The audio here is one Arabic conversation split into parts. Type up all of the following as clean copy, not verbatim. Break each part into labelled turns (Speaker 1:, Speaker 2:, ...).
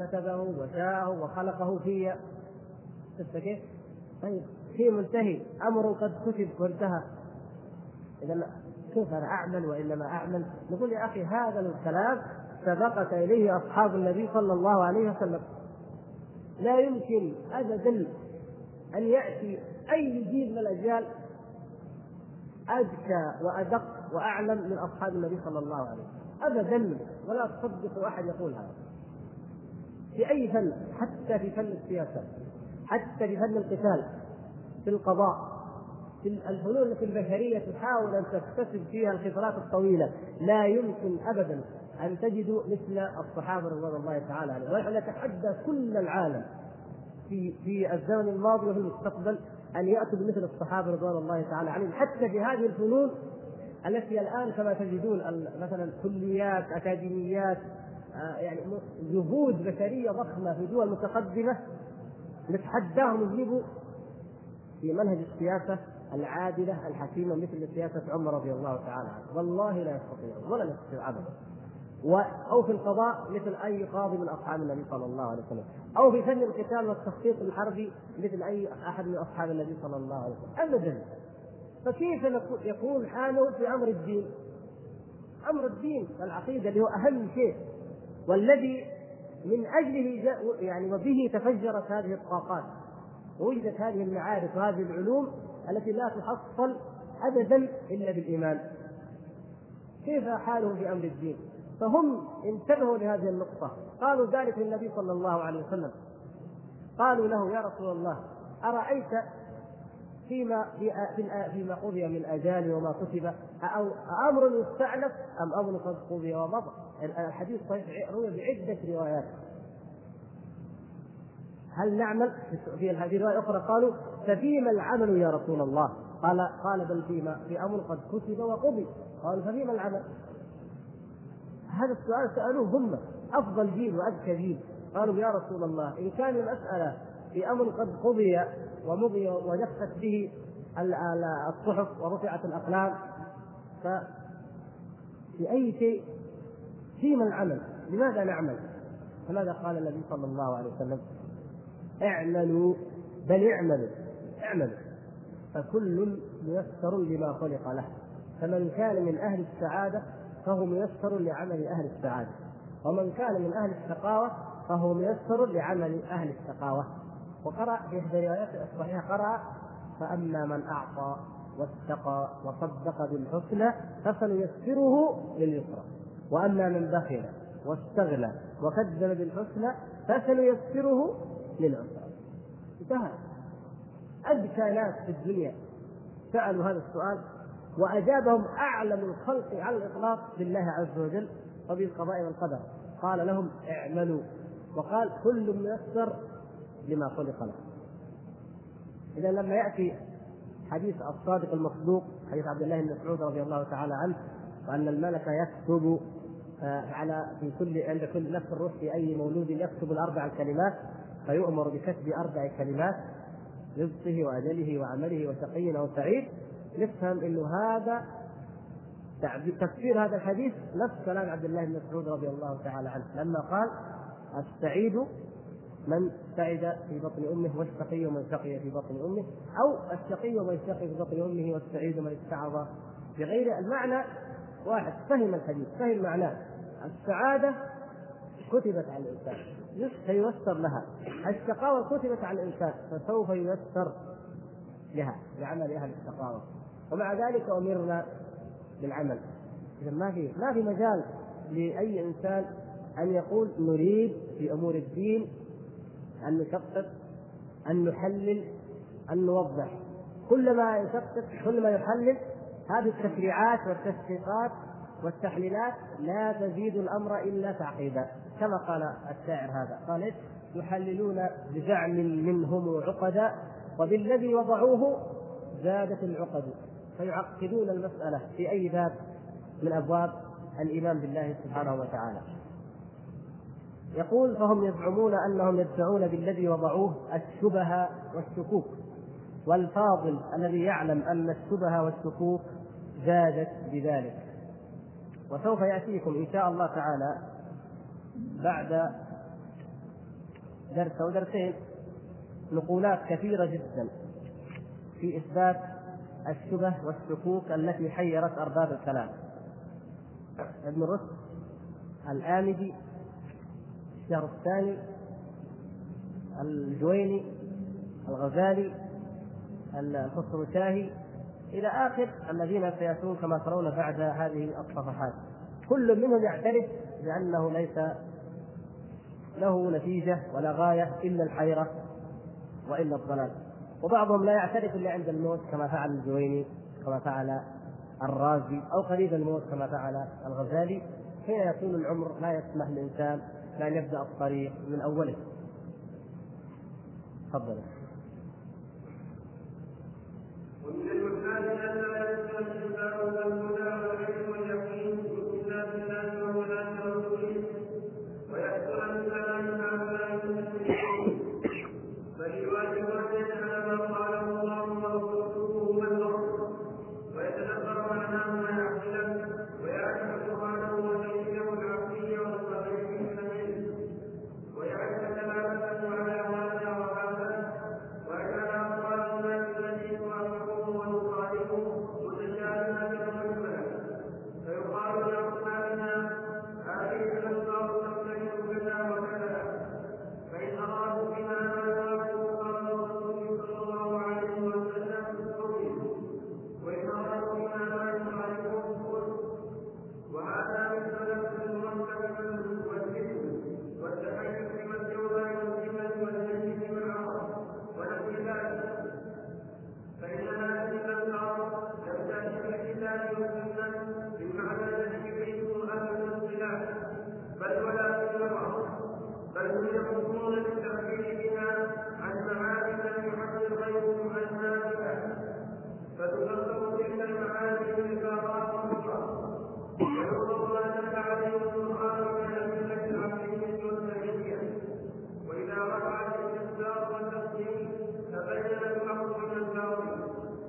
Speaker 1: كتبه وشاءه وخلقه فيا. شفت كيف؟ طيب شيء منتهي، أمر قد كتب وانتهى، إذا كيف أنا أعمل وإنما أعمل؟ نقول يا أخي هذا الكلام سبقت إليه أصحاب النبي صلى الله عليه وسلم. لا يمكن أبدا أن يأتي أي جيل من الأجيال أذكى وأدق وأعلم من أصحاب النبي صلى الله عليه وسلم أبدا، ولا تصدق أحد يقول هذا في أي فن، حتى في فن السياسة، حتى في فن القتال، في القضاء، في الفنون التي البشرية تحاول أن تكتسب فيها الخبرات الطويلة. لا يمكن أبدا أن تجدوا مثل الصحابة رضوان الله تعالى عليهم. ونحن نتحدى كل العالم في الزمن الماضي وفي المستقبل أن يأتوا بمثل الصحابة رضوان الله تعالى عليهم، حتى في هذه الفنون التي الآن كما تجدون مثلا كليات أكاديميات، يعني جهود بشرية ضخمة في دول متقدمة، نتحداهم يجيبوا في منهج السياسة العادلة الحكيمة مثل سياسة عمر رضي الله تعالى عنه. والله لا يستطيعون ولا يستطيع أبدا. أو في القضاء مثل أي قاضي من أصحاب النبي صلى الله عليه وسلم، أو في فن القتال والتخطيط الحربي مثل أي أحد من أصحاب النبي صلى الله عليه وسلم أبدا. فكيف يكون حاله في أمر الدين؟ أمر الدين والعقيدة اللي هو أهم شيء، والذي من أجله يعني وبه تفجرت هذه الطاقات ووجدت هذه المعارف وهذه العلوم التي لا تحصل أبدا إلا بالإيمان. كيف حاله في أمر الدين؟ فهم انتبهوا لهذه النقطة، قالوا ذلك للنبي صلى الله عليه وسلم، قالوا له يا رسول الله أرأيت فيما قضي من أجال وما كتب أو أمر يستأنف أم أمر قد قضي ومضى؟ الحديث صحيح روي بعدة روايات. هل نعمل؟ في هذه الرواية الأخرى قالوا ففيما العمل يا رسول الله؟ قال بل في أمر قد كتب وقضي. قالوا ففيما العمل؟ هذا السؤال سألوه هم أفضل جيل وأذكى جيل. قالوا يا رسول الله إن كان المسألة في أمر قد قضي ومضي وجفت به الصحف ورفعت الأقلام، ففي أي شيء فيما العمل؟ لماذا نعمل؟ فماذا قال النبي صلى الله عليه وسلم؟ اعملوا بل اعملوا فكل ميسر لما خلق له، فمن كان من أهل السعادة فهو ميسر لعمل أهل السعادة، ومن كان من أهل الشقاوة فهو ميسر لعمل أهل الشقاوة. وقرأ في إحدى الروايات الصحيحة قرأ فأما من أعطى واتقى وصدق بالحسنى فسنيسره لليسرى، وأما من بخل واستغنى وكذب بالحسنى فسنيسره للعسرى. انتهى. أذكى ناس في الدنيا سألوا هذا السؤال وأجابهم أعلم الخلق على الإطلاق بالله عز وجل وبالقضاء والقدر. قال لهم اعملوا، وقال كل ميسر لما خلق له. إذا لما يأتي حديث الصادق المصدوق حديث عبد الله بن مسعود رضي الله تعالى عنه وأن الملك يكتب عند كل نفس الروح في أي مولود يكتب الأربع كلمات، فيؤمر بكتب 4 كلمات رزقه وأجله وعمله وشقي أو سعيد، نفهم إنه هذا تفسير هذا الحديث نفس كلام عبد الله بن مسعود رضي الله تعالى عنه لما قال السعيد من سعد في بطن أمه والشقي من شقي في بطن أمه، أو الشقي من شقي في بطن أمه والسعيد من استعظ بغير المعنى واحد. فهم الحديث، فهم معناه. السعادة كتبت على الإنسان سييسر لها، الشقاوة كتبت على الإنسان فسوف ييسر لها لعمل أهل الشقاوة، ومع ذلك أمرنا بالعمل. إذا ما في مجال لأي إنسان أن يقول نريد في أمور الدين أن نشقق، أن نحلل، أن نوضح. كل ما يشقق كل ما يحلل هذه التشريعات والتشقيقات والتحليلات لا تزيد الأمر إلا تعقيدا، كما قال الشاعر هذا قال يحللون بزعم منهم عقدا وبالذي وضعوه زادت العقد، فيعقدون المسألة في أي باب من أبواب الإيمان بالله سبحانه وتعالى. يقول فهم يزعمون أنهم يدفعون بالذي وضعوه الشبه والشكوك، والفاضل الذي يعلم أن الشبه والشكوك زادت بذلك. وسوف يأتيكم إن شاء الله تعالى بعد درس أو درسين نقولات كثيرة جدا في إثبات الشبه والشكوك التي حيرت أرباب الكلام. ابن رشد، الآمدي، الشهرستاني، الجويني، الغزالي، الخسروشاهي، إلى آخر الذين سيأتون كما ترون بعد هذه الصفحات، كل منهم يعترف بأنه ليس له نتيجة ولا غاية إلا الحيرة وإلا الضلال. وبعضهم لا يعترف إلا عند الموت كما فعل الجويني، كما فعل الرازي، أو قريب الموت كما فعل الغزالي. حين يكون العمر لا يسمح للإنسان بأن يبدأ الطريق من أوله. تفضل.
Speaker 2: ومن المحال أن لا يكون الإنسان والهدى والعلم واليقين إلا بالله وولاة رسوله ويحصل من كلام هؤلاء المسلمين، بل الواجب أن يجعل ما قاله الله ورسوله هو الأصل ويتدبر معناه ويعقله ويعرف سبحانه وتعالى العقلية والصحيح من العلم ويعرف دلالته على هذا وهذا ويجعل أقوال الناس التي توافقه وتصالحه متشابهة ومشبهة، فيقال لأصحابنا هذه الألفاظ تختلف كذا وكذا، فإن أرادوا بها ما يوافق قول الرسول صلى الله عليه وسلم قبل، وإن أرادوا بها ما يخالفه قل. وهذا من سلف المركب والجسم والتحيز والجوهر والجبل والجنس والعرض ونحو ذلك، فإن هذه الألفاظ لم تأتي في الكتاب والسنة بالمعنى الذي يريده أهل الاصطلاح، بل ولا في العرض، بل هم يقومون بالتعبير بها عن معاني لم يحدث غيرهم عنها بها، فتفسر تلك المعاني بالعبارات الأخرى، ويوضع ما دل عليه القرآن من الأدلة العقلية والسمعية. وإذا وقع الاستفسار والتفسير تبين الحق من الباطل.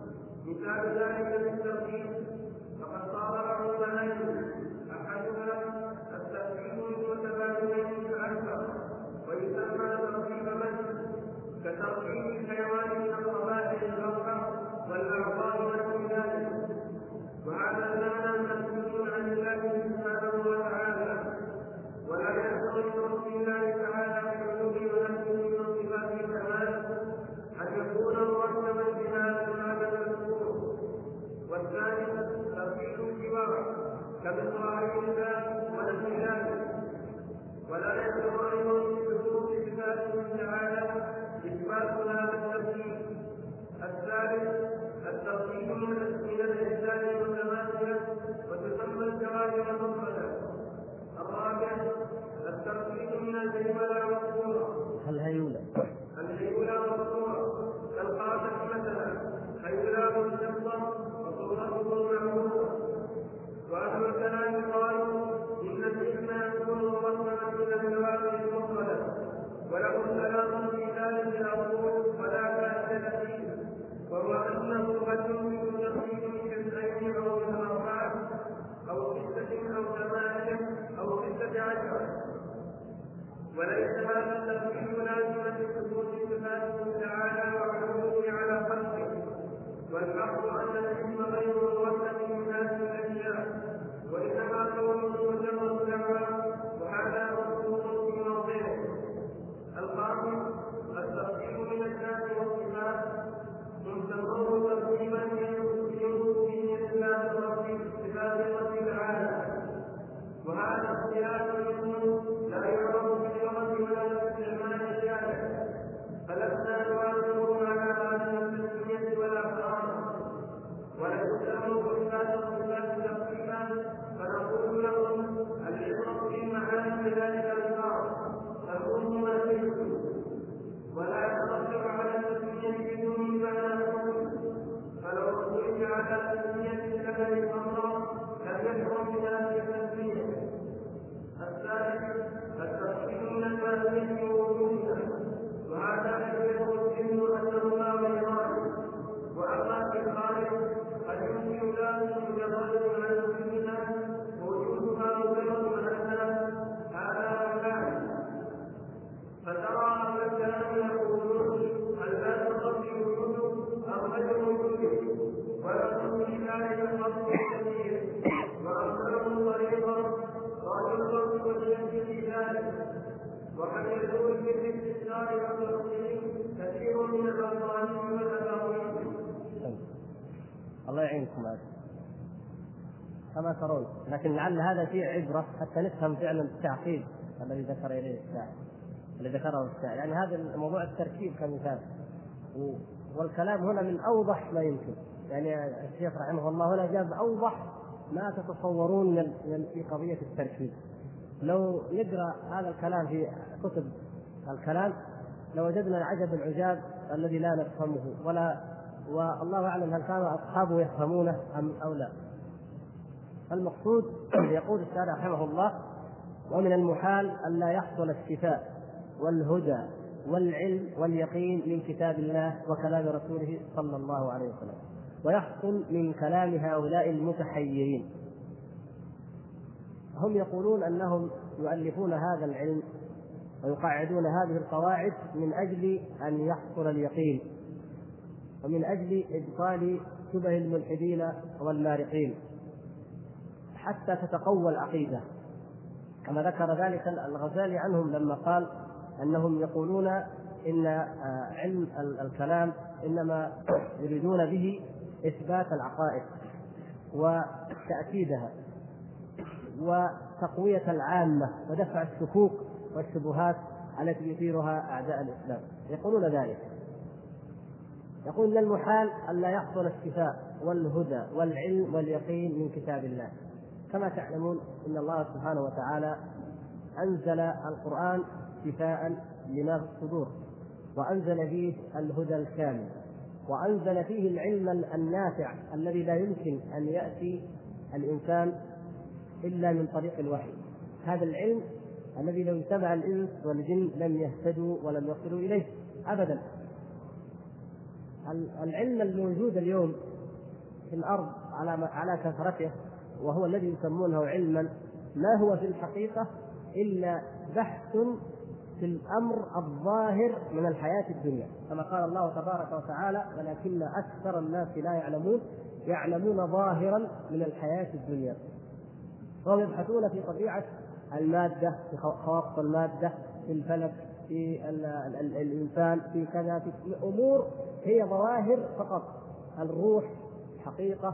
Speaker 2: مثال ذلك بالترتيب فقد صار علماء أحدها الترتيب المتبادلين فأكثر، ويسمى ترتيب من كترتيب الحيوان من القبائل الأربع والأعضاء ونحو ذلك، وهذا المعنى مسؤول عن الله سبحانه وتعالى، ولا يحتمل لرب الله تعالى في علومه ونفسه من صفات الكمال أن يكون مرتبا بهذا المعنى المذكور. والثاني ترتيب الجوار كمصراعي الله ونحو ذلك، ولا يحتمل أيضا في حدود صفاته تعالى إثبات هذا الترتيب. الثالث الترتيب من الإنسان متماثلا وتسمى الجوارح المفردة. الرابع الترتيب من الهيولى والصورة.
Speaker 1: الهيولى
Speaker 2: والصورة كالقادة مثلا، هيولاه الشمس وصورته المعروفة. وأهل الكلام قالوا إن الاسم يكون مرتبا من الجوارح المفردة، وله كلام في ذلك الأصول ولا فائدة فيه، وهو أنه قد يمكن ترتيب جزئين أو من أربعة أو ستة أو ثمانية أو 16، وليس هذا الترتيب لازما لثبوت صفاته تعالى وعلومه على خلقه. والحق أن الاسم غير مرتب من هذه الأشياء، وإنما كونه مجرد دعوى، وهذا مذكور في موضعه. الخامس الترتيب من الذات والصفات مسمى ترتيبا ينظر فيه إلا صفات الله تعالى، وهذا اختلاف يكون لا يعرف باللغة ولا باستعمال الشارع، فلسنا نوافقهم على هذه التسمية ولا قرارا، ولا يسلم صفات الصفات تقسيما، فنقول لهم العبرة بالمعاني ذلك البعض تكون منزلته، ولا يترتب على التسمية بدون معنى حكم، فلو اختلف على تسمية الجبل الحمراء لم يحرم بذلك التسمية. الثالث الترتيب من المادية ووجودها، وهذا يدعو الجن أنه لا غيران. وأما في الخارج قد يمكن ذلك مجرد عن وجودها ووجودها مجرد عنها، هذا مكان. فترى أن عليه الحظ الكثير وأمره طريقا رجل وليجد في ذلك. وقد يكون في الاستثناء والتفصيل كثير من الألفاظ والأقاويل.
Speaker 1: الله يعينكم هذا كما ترون، لكن لعل هذا فيه عبرة حتى نفهم فعلا التعقيد الذي ذكر إليه الشاعر، الذي ذكره الشاعر. يعني هذا موضوع التركيب كمثال، والكلام هنا من أوضح ما يمكن. يعني الشيخ رحمه الله هنا جاب أوضح ما تتصورون في قضية التركيب. لو نقرأ هذا الكلام في كتب الكلام لوجدنا العجب العجاب الذي لا نفهمه، والله أعلم هل كان أصحابه يفهمونه أم أو لا. المقصود يقول الشارع رحمه الله: ومن المحال أن لا يحصل الشفاء والهدى والعلم واليقين من كتاب الله وكلام رسوله صلى الله عليه وسلم، ويحصل من كلام هؤلاء المتحيرين. هم يقولون أنهم يؤلفون هذا العلم ويقعدون هذه القواعد من أجل أن يحصل اليقين، ومن أجل إبطال شبه الملحدين والمارقين حتى تتقوى العقيدة، كما ذكر ذلك الغزالي عنهم لما قال أنهم يقولون إن علم الكلام إنما يريدون به إثبات العقائد وتأكيدها وتقوية العامة ودفع الشكوك والشبهات التي يثيرها أعداء الإسلام. يقولون ذلك، يقول: من المحال أن لا يحصل الشفاء والهدى والعلم واليقين من كتاب الله. كما تعلمون إن الله سبحانه وتعالى أنزل القرآن شفاء لما في الصدور، وأنزل فيه الهدى الكامل، وأنزل فيه العلم النافع الذي لا يمكن أن يأتي الإنسان إلا من طريق الوحي. هذا العلم الذي لو اتبع الإنس والجن لم يهتدوا ولم يصلوا إليه أبدا. العلم الموجود اليوم في الأرض على كثرته، وهو الذي يسمونه علما، ما هو في الحقيقة إلا بحث في الأمر الظاهر من الحياة الدنيا، كما قال الله تبارك وتعالى: ولكن أكثر الناس لا يعلمون ظاهرا من الحياة الدنيا. وهم يبحثون في طبيعة المادة، في خواص المادة، في الفلك، في الإنسان، في كذا، في أمور هي ظواهر فقط. الروح، حقيقة،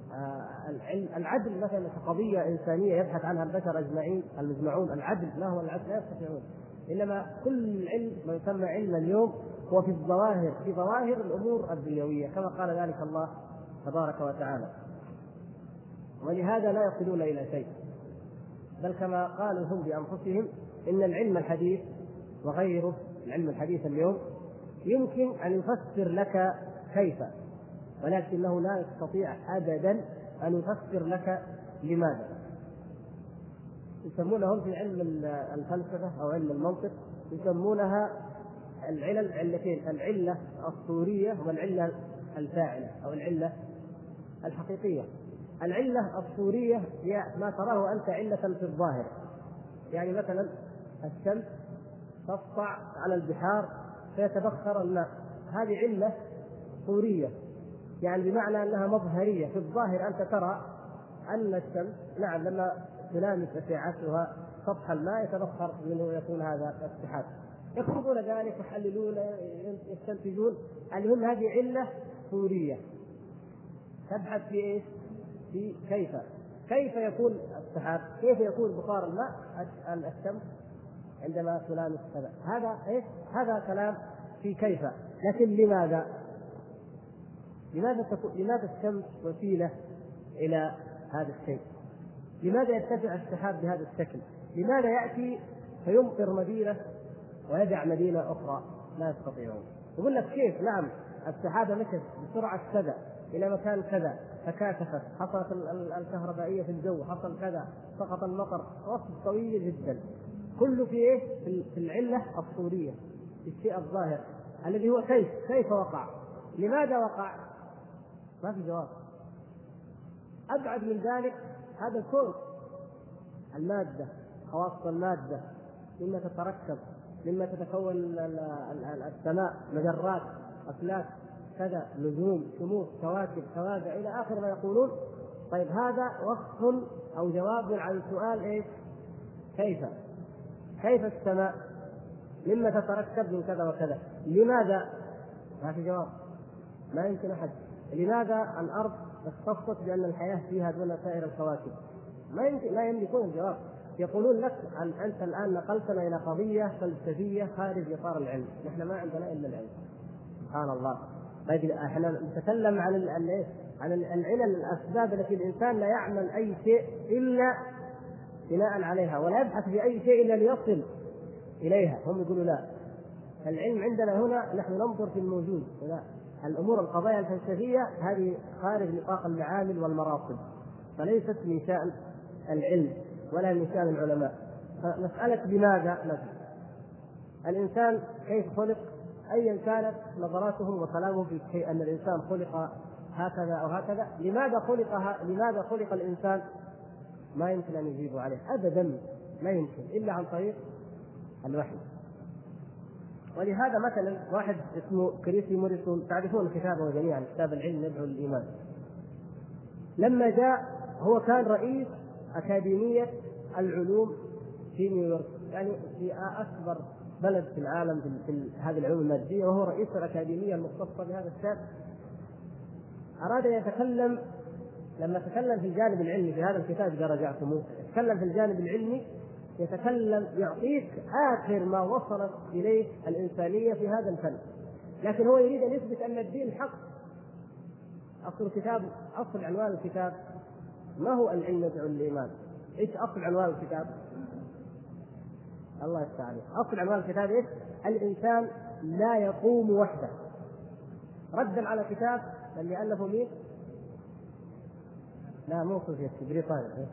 Speaker 1: العدل مثلا كقضية إنسانية يبحث عنها البشر أجمعين المجمعون. العدل، ما هو العدل؟ لا يستطيعون. إنما كل علم ما يسمى علم اليوم هو في الظواهر، في ظواهر الأمور الدنيوية، كما قال ذلك الله تبارك وتعالى. ولهذا لا يصلون إلى شيء، بل كما قالوا هم بأنفسهم إن العلم الحديث وغيره، العلم الحديث اليوم يمكن أن يفسر لك كيف، ولكنه لا يستطيع أبدا أن يفسر لك لماذا. يسمونهم في علم الفلسفة أو علم المنطق يسمونها العلل علتين: العلة الصورية والعلة الفاعلة أو العلة الحقيقية. العلة الصورية هي ما تراه أنت علة في الظاهر، يعني مثلا الشمس تسطع على البحار فيتبخر الماء، هذه علة صورية، يعني بمعنى أنها مظهرية. في الظاهر أنت ترى أن الشمس نعم لما تلامس أشعتها سطح الماء يتبخر منه يكون هذا السحاب. يكتبون ذلك، يحللون، يستنتجون، المهم هذه علة صورية. تبحث في إيش؟ في كيف يكون السحاب، كيف يكون بخار الماء الشمس عندما تلامس كذا. هذا إيش؟ هذا كلام في كيف. لكن لماذا الشمس وسيلة إلى هذا الشيء؟ لماذا يرتفع السحاب بهذا الشكل؟ لماذا يأتي فيمطر مدينة ويدع مدينة أخرى؟ لا يستطيعون. يقول لك كيف؟ نعم، السحابة مشت بسرعة كذا إلى مكان كذا، تكاثفت، حصلت الكهربائية في الجو، حصل كذا، سقط المطر، وصف طويل جدا. كله في إيه؟ في العلة الصورية، في الشيء الظاهر الذي هو كيف وقع، لماذا وقع؟ ما في جواب. أبعد من ذلك هذا الكون، المادة، خواص المادة، مما تتركب، مما تتكون السماء، مجرات، أفلاك، كذا، نجوم، شموس، كواكب، كواكب، إلى آخر ما يقولون. طيب هذا وصف أو جواب عن سؤال إيش؟ كيف السماء؟ مما تتركب من كذا وكذا؟ لماذا؟ ما في جواب، ما يمكن أحد. لماذا الأرض اختصت بأن الحياة فيها دون سائر الكواكب؟ لا يملكون الجواب. يقولون لك أنت الآن نقلتنا إلى قضية فلسفية خارج إطار العلم، نحن ما عندنا إلا العلم. سبحان الله. طيب احنا نتكلم عن العلل، الأسباب التي الإنسان لا يعمل أي شيء إلا بناء عليها، ولا يبحث في أي شيء إلا ليصل إليها. هم يقولوا لا، العلم عندنا هنا نحن ننظر في الموجود، لا، الأمور القضايا الفلسفية هذه خارج نطاق المعامل والمراصد، فليست من شأن العلم ولا من شأن العلماء. فمسألة لماذا مثلا الإنسان كيف خلق، أيا كانت نظراتهم وكلامهم في شيء أن الإنسان خلق هكذا أو هكذا، لماذا خلق الإنسان؟ ما يمكن أن يجيبوا عليه أبدا، لا يمكن إلا عن طريق الوحي. ولهذا مثلا واحد اسمه كريسي موريسون، تعرفون كتابه جميعا، كتاب العلم يدعو للإيمان، لما جاء هو كان رئيس أكاديمية العلوم في نيويورك، يعني في أكبر بلد في العالم في هذه العلوم المادية، وهو رئيس الأكاديمية المختصة بهذا الشأن. أراد أن يتكلم، لما تكلم في الجانب العلمي في هذا الكتاب إذا رجعتموه، يتكلم في الجانب العلمي، يتكلم يعطيك آخر ما وصلت إليه الإنسانية في هذا الفن، لكن هو يريد أن يثبت أن الدين حق. أصل عنوان الكتاب ما هو العلم يدعو للإيمان؟ إيش أصل عنوان الكتاب؟ الله يستعان. أصل عنوان الكتاب إيش؟ الإنسان لا يقوم وحده، ردا على كتاب اللي ألفه مين؟ لا مو سوفيتي، بريطاني،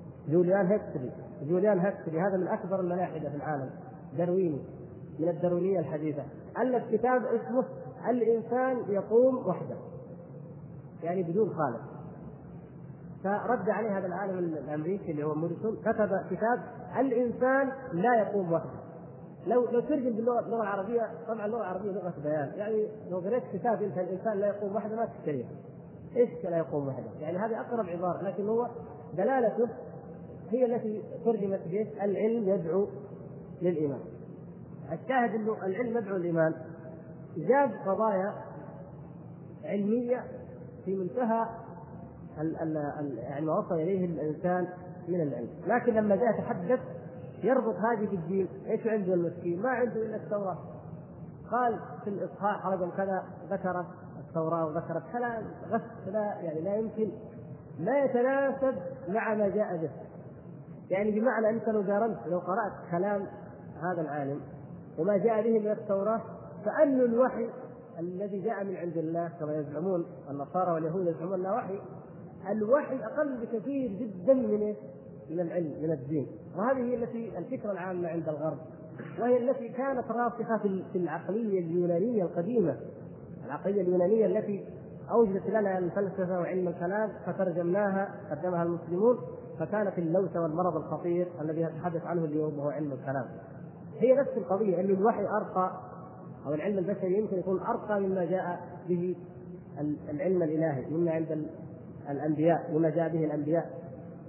Speaker 1: جوليان هكسلي، هذا من أكبر الملاحدة في العالم، دارويني من الداروينية الحديثة، ألف كتاب اسمه الإنسان يقوم وحده، يعني بدون خالق. فرد عليه هذا العالم الأمريكي اللي هو موريسون، كتب كتاب الإنسان لا يقوم وحده. لو ترجم باللغة العربية، طبعا اللغة العربية لغة بيان، يعني لو قريت كتاب انت الإنسان لا يقوم وحده ما تشتريه. ايش لا يقوم وحده؟ يعني هذه أقرب عبارة، لكن هو دلالته هي التي ترجمت به العلم يدعو للإيمان. الشاهد انه العلم يدعو للإيمان جاب قضايا علمية في منتهى يعني ما وصل إليه الإنسان من العلم، لكن لما جاء يتحدث يربط هذه بالدين، ايش عنده المسكين؟ ما عنده إلا التوراة. قال في الإصحاح رقم كذا ذكر التوراة وذكرت كلام يعني لا يمكن، لا يتناسب مع ما جاء به. يعني بمعنى أنت لو قرأت كلام هذا العالم وما جاء به من التوراة، فأن الوحي الذي جاء من عند الله كما يزعمون النصارى واليهود يزعمون أنه وحي، الوحي أقل بكثير جدا من العلم من الدين. وهذه هي الفكرة العامة عند الغرب، وهي التي كانت راسخة في العقلية اليونانية القديمة، العقلية اليونانية التي أوجدت لنا الفلسفة وعلم الكلام فقدمها المسلمون، فكانت اللوثة والمرض الخطير الذي نتحدث عنه اليوم وهو علم الكلام. هي نفس القضية، أن الوحي أرقى، أو العلم البشري يمكن يكون أرقى مما جاء به العلم الإلهي، مما عند الأنبياء، مما جاء به الأنبياء.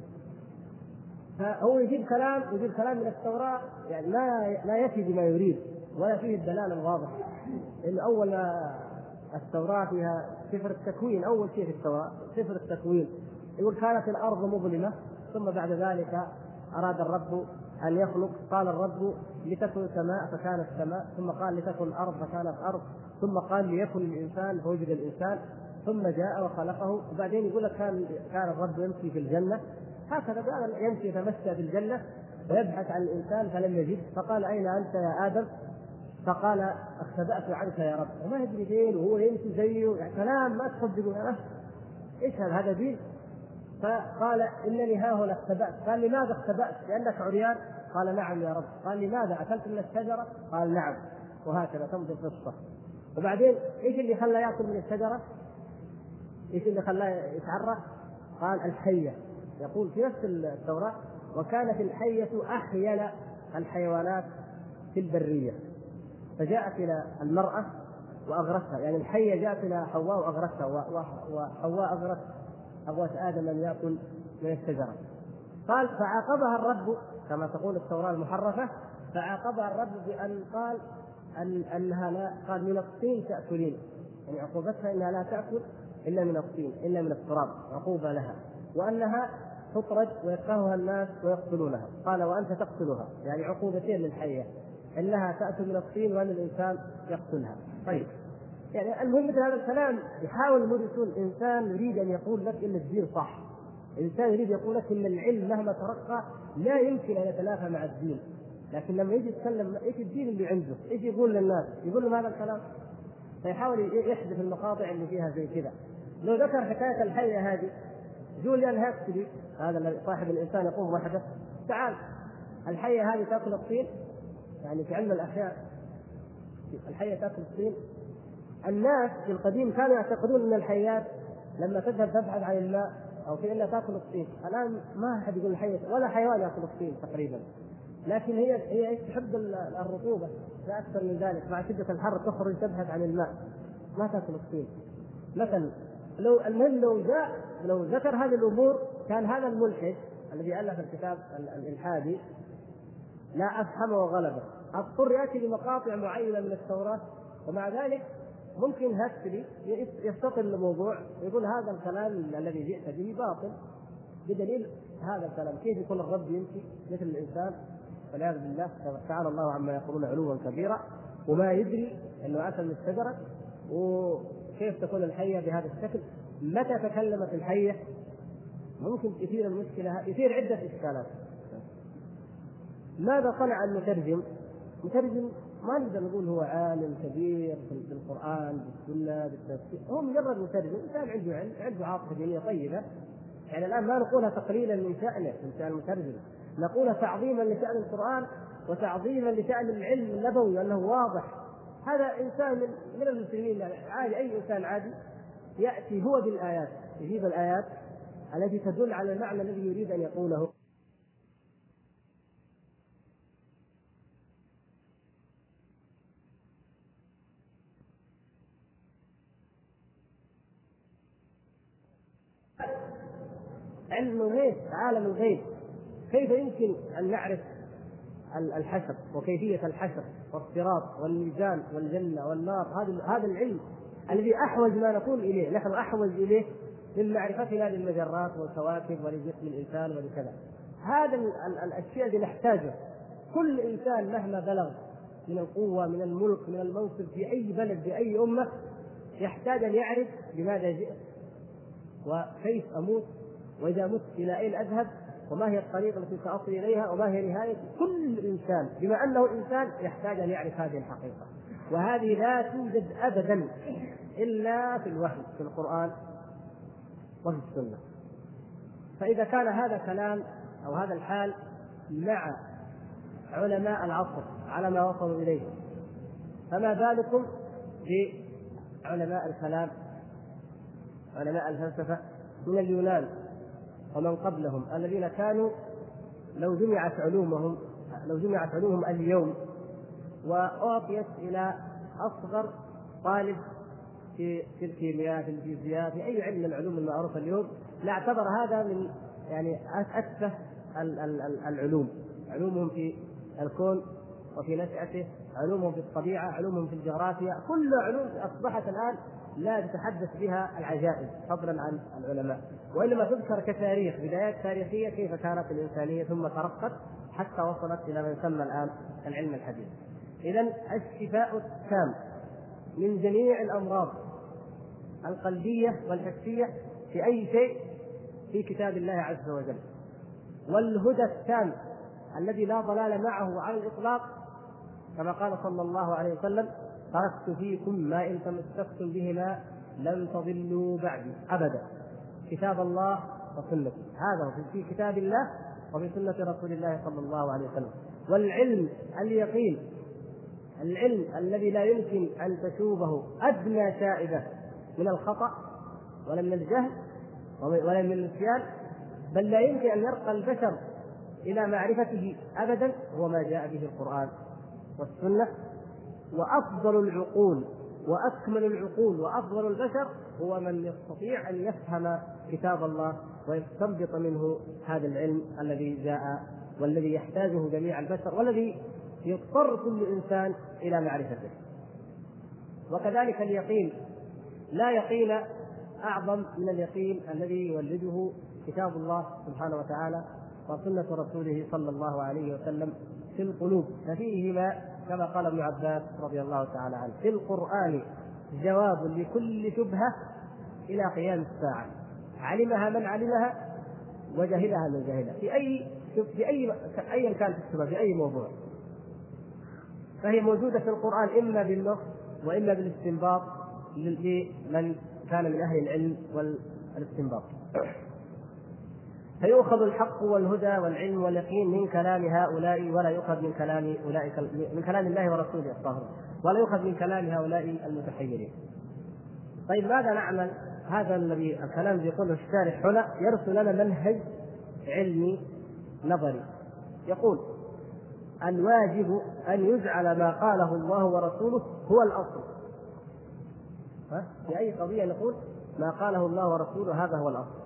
Speaker 1: فهو يجيب كلام من التوراة، يعني لا يفي بما يريد ولا فيه الدلالة الواضحة. لأن أول التوراة فيها سفر التكوين، أول شيء في التوراة سفر التكوين، يقول كانت الأرض مظلمة ثم بعد ذلك أراد الرب أن يخلق، قال الرب لتكن سماء فكانت سماء، ثم قال لتكن أرض فكانت أرض، ثم قال ليكن الإنسان فوجد الإنسان، ثم جاء وخلقه. وبعدين يقول لك كان الرب يمشي في الجنة، هكذا كان يمشي يتمشى في الجنة ويبحث عن الإنسان فلم يجد، فقال أين أنت يا آدم؟ فقال اختبأت عنك يا رب، وما يدري فين وهو يمشي زيه، يعني كلام ما تصدقون. ايش هذا دين؟ فقال انني ها هنا اختبأت. قال لماذا اختبأت؟ لأنك عريان؟ قال نعم يا رب. قال لماذا أكلت من الشجرة؟ قال نعم. وهكذا تمضي القصة. وبعدين ايش اللي خلى يأكل من الشجرة؟ ايش اللي خلاه يتعرى؟ قال الحية. يقول في نفس التوراة وكانت الحية أحيل الحيوانات في البرية، فجاءت إلى المرأة وأغرتها، يعني الحية جاءت إلى حواء وأغرتها، وحواء أغرت آدم أن يأكل من الشجرة. قال فعاقبها الرب كما تقول التوراة المحرفة، فعاقبها الرب بأن قال أنها لا، قال من الطين تأكلين، يعني عقوبتها أنها لا تأكل إلا من الطين، إلا من التراب، عقوبة لها، وأنها تطرد ويكرهها الناس ويقتلونها. قال وأنت تقتلها، يعني عقوبتين للحية، إنها تأكل من الطين وأن الإنسان يقتلها. طيب يعني المهم مثل هذا الكلام يحاول المدرسون، إنسان يريد أن يقول لك إن الدين صح، إنسان يريد يقول لك إن العلم مهما ترقى لا يمكن أن يتنافى مع الدين، لكن لما يجي يتكلم ايش الدين اللي عنده، ايش يقول للناس، يقول لهم هذا الكلام، فيحاول يحذف المقاطع اللي فيها زي كذا. لو ذكر حكايه الحيه هذه، جوليان هاكسلي هذا صاحب الانسان يقوم وحده، تعال الحيه هذه تاكل الطين، يعني في علم الاحياء الحيه تاكل الطين. الناس في القديم كانوا يعتقدون ان الحيات لما تذهب تبحث عن الماء او في الا تاكل الطين. الان ما احد يقول الحيه ولا حيوان ياكل الطين تقريبا، لكن هي تحب الرطوبه لا اكثر من ذلك. مع شده الحر تخرج تبحث عن الماء، ما تاكل الطين مثلا. لو ذكر هذه الامور كان هذا الملحد الذي الف الكتاب الالحادي لا افهمه وغلبه، اضطر ياتي بمقاطع معينه من التوراه، ومع ذلك ممكن هاكسلي يستطل الموضوع ويقول هذا الكلام الذي جئت به باطل بدليل هذا الكلام. كيف يكون الرب يمشي مثل الانسان والعياذ بالله، تعالى الله عما يقولون علوا كبيرا، وما يدري انه اكل من الشجره، وكيف تكون الحيه بهذا الشكل؟ متى تكلمت الحيه؟ ممكن يثير المشكله، يثير عده اشكالات. ماذا صنع المترجم؟ مترجم ما نقدر نقول هو عالم كبير في القرآن بالسنة بالتفسير، هو مجرد مترجم، إنسان عنده علم، عنده عاطفة دينية طيبة. يعني الآن ما نقولها تقليلا من شأنه من شأن المترجم، نقولها تعظيما لشأن القرآن وتعظيما لشأن العلم النبوي أنه واضح. هذا إنسان من المسلمين عادي، أي إنسان عادي يأتي هو بالآيات، يجيب الآيات التي تدل على المعنى الذي يريد أن يقوله. علم الغيب، عالم الغيب، كيف يمكن أن نعرف الحشر وكيفية الحشر والصراط والميزان والجنة والنار؟ هذا العلم الذي أحوج ما نكون إليه، نحن أحوج إليه من معرفتنا للمجرات والكواكب ولجسم الإنسان ولكذا. هذا الأشياء التي نحتاجها. كل إنسان مهما بلغ من القوة من الملك من المنصب في أي بلد في أي أمة يحتاج أن يعرف لماذا جئت وكيف أموت وإذا مت إلى أين أذهب وما هي الطريقة التي سأصل إليها وما هي نهاية. كل إنسان بما أنه إنسان يحتاج أن يعرف هذه الحقيقة، وهذه لا توجد أبدا إلا في الوحي في القرآن وفي السنة. فإذا كان هذا كلام أو هذا الحال مع علماء العصر على ما وصلوا إليه، فما بالكم بعلماء الكلام علماء الفلسفة من اليونان ومن قبلهم الذين كانوا لو جمعت علومهم اليوم وأعطيت إلى أصغر طالب في الكيمياء في الفيزياء في أي علم من العلوم المعروفة اليوم لاعتبر هذا من يعني أتفه العلوم. علومهم في الكون وفي نشأته، علومهم في الطبيعة، علومهم في الجغرافيا، كل علوم أصبحت الآن لا تتحدث بها العجائز فضلا عن العلماء، وإنما تذكر كتاريخ، بدايات تاريخية كيف كانت الإنسانية ثم ترقت حتى وصلت إلى ما يسمى الآن العلم الحديث. إذن الشفاء التام من جميع الأمراض القلبية والحسية في أي شيء في كتاب الله عز وجل، والهدى التام الذي لا ضلال معه على الإطلاق، كما قال صلى الله عليه وسلم: تركت فيكم ما إن تمسكتم بهما لن تضلوا بعدي أبدا، كتاب الله وسنتي. هذا في كتاب الله وفي سنة رسول الله صلى الله عليه وسلم. والعلم اليقين، العلم الذي لا يمكن أن تشوبه أدنى شائبة من الخطأ ولا من الجهل ولا من النسيان، بل لا يمكن أن يرقى البشر إلى معرفته أبدا، هو ما جاء به القرآن والسنة. وأفضل العقول وأكمل العقول وأفضل البشر هو من يستطيع أن يفهم كتاب الله ويستنبط منه هذا العلم الذي جاء والذي يحتاجه جميع البشر والذي يضطر كل إنسان إلى معرفته. وكذلك اليقين، لا يقين أعظم من اليقين الذي يولده كتاب الله سبحانه وتعالى وسنة رسوله صلى الله عليه وسلم في القلوب، ففيهما كما قال ابن عباس رضي الله تعالى عنه: في القرآن جواب لكل شبهة إلى قيام الساعة، علمها من علمها وجهلها من جهلها، في أي كانت الشبهة في أي موضوع، فهي موجودة في القرآن إما بالنص وإما بالاستنباط لمن كان من أهل العلم والاستنباط. فيؤخذ الحق والهدى والعلم واليقين من كلام هؤلاء ولا يؤخذ من كلام أولئك، من كلام الله ورسوله الطاهر، ولا يؤخذ من كلام هؤلاء المتحيرين. طيب ماذا نعمل؟ هذا الذي الكلام يقوله الشارح هنا يرسل لنا منهج علمي نظري، يقول: الواجب أن يجعل ما قاله الله ورسوله هو الأصل. في أي قضية نقول ما قاله الله ورسوله هذا هو الأصل،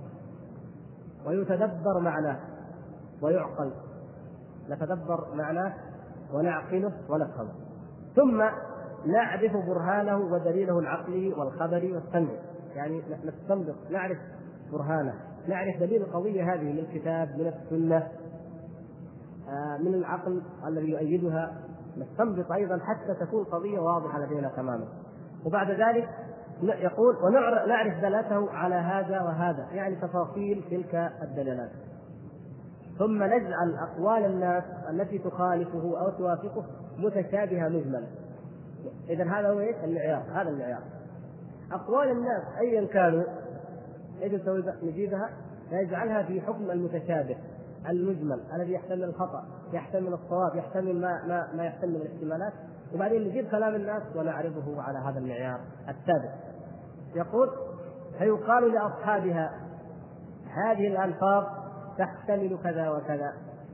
Speaker 1: ويتدبر معناه ويعقل، نتدبر معناه ونعقله ونفهمه، ثم نعرف برهانه ودليله العقلي والخبري والسمعي، يعني نستنبط، نعرف برهانه، نعرف دليل القضية هذه من الكتاب من السنة من العقل الذي يؤيدها، نستنبط أيضا حتى تكون قضية واضحة لدينا تماما. وبعد ذلك يقول: ونعرف دلالته على هذا وهذا، يعني تفاصيل تلك الدلالات، ثم نجعل أقوال الناس التي تخالفه أو توافقه متشابهة مجملة. إذن هذا هو المعيار، هذا المعيار. أقوال الناس أيا كانوا نجيبها نجعلها في حكم المتشابه المجمل الذي يحتمل الخطأ، يحتمل الصواب، يحتمل ما يحتمل الاحتمالات، وبعدين نجيب كلام الناس ونعرضه على هذا المعيار الثابت. يقول: فيقال لأصحابها هذه الألفاظ تحتمل كذا وكذا،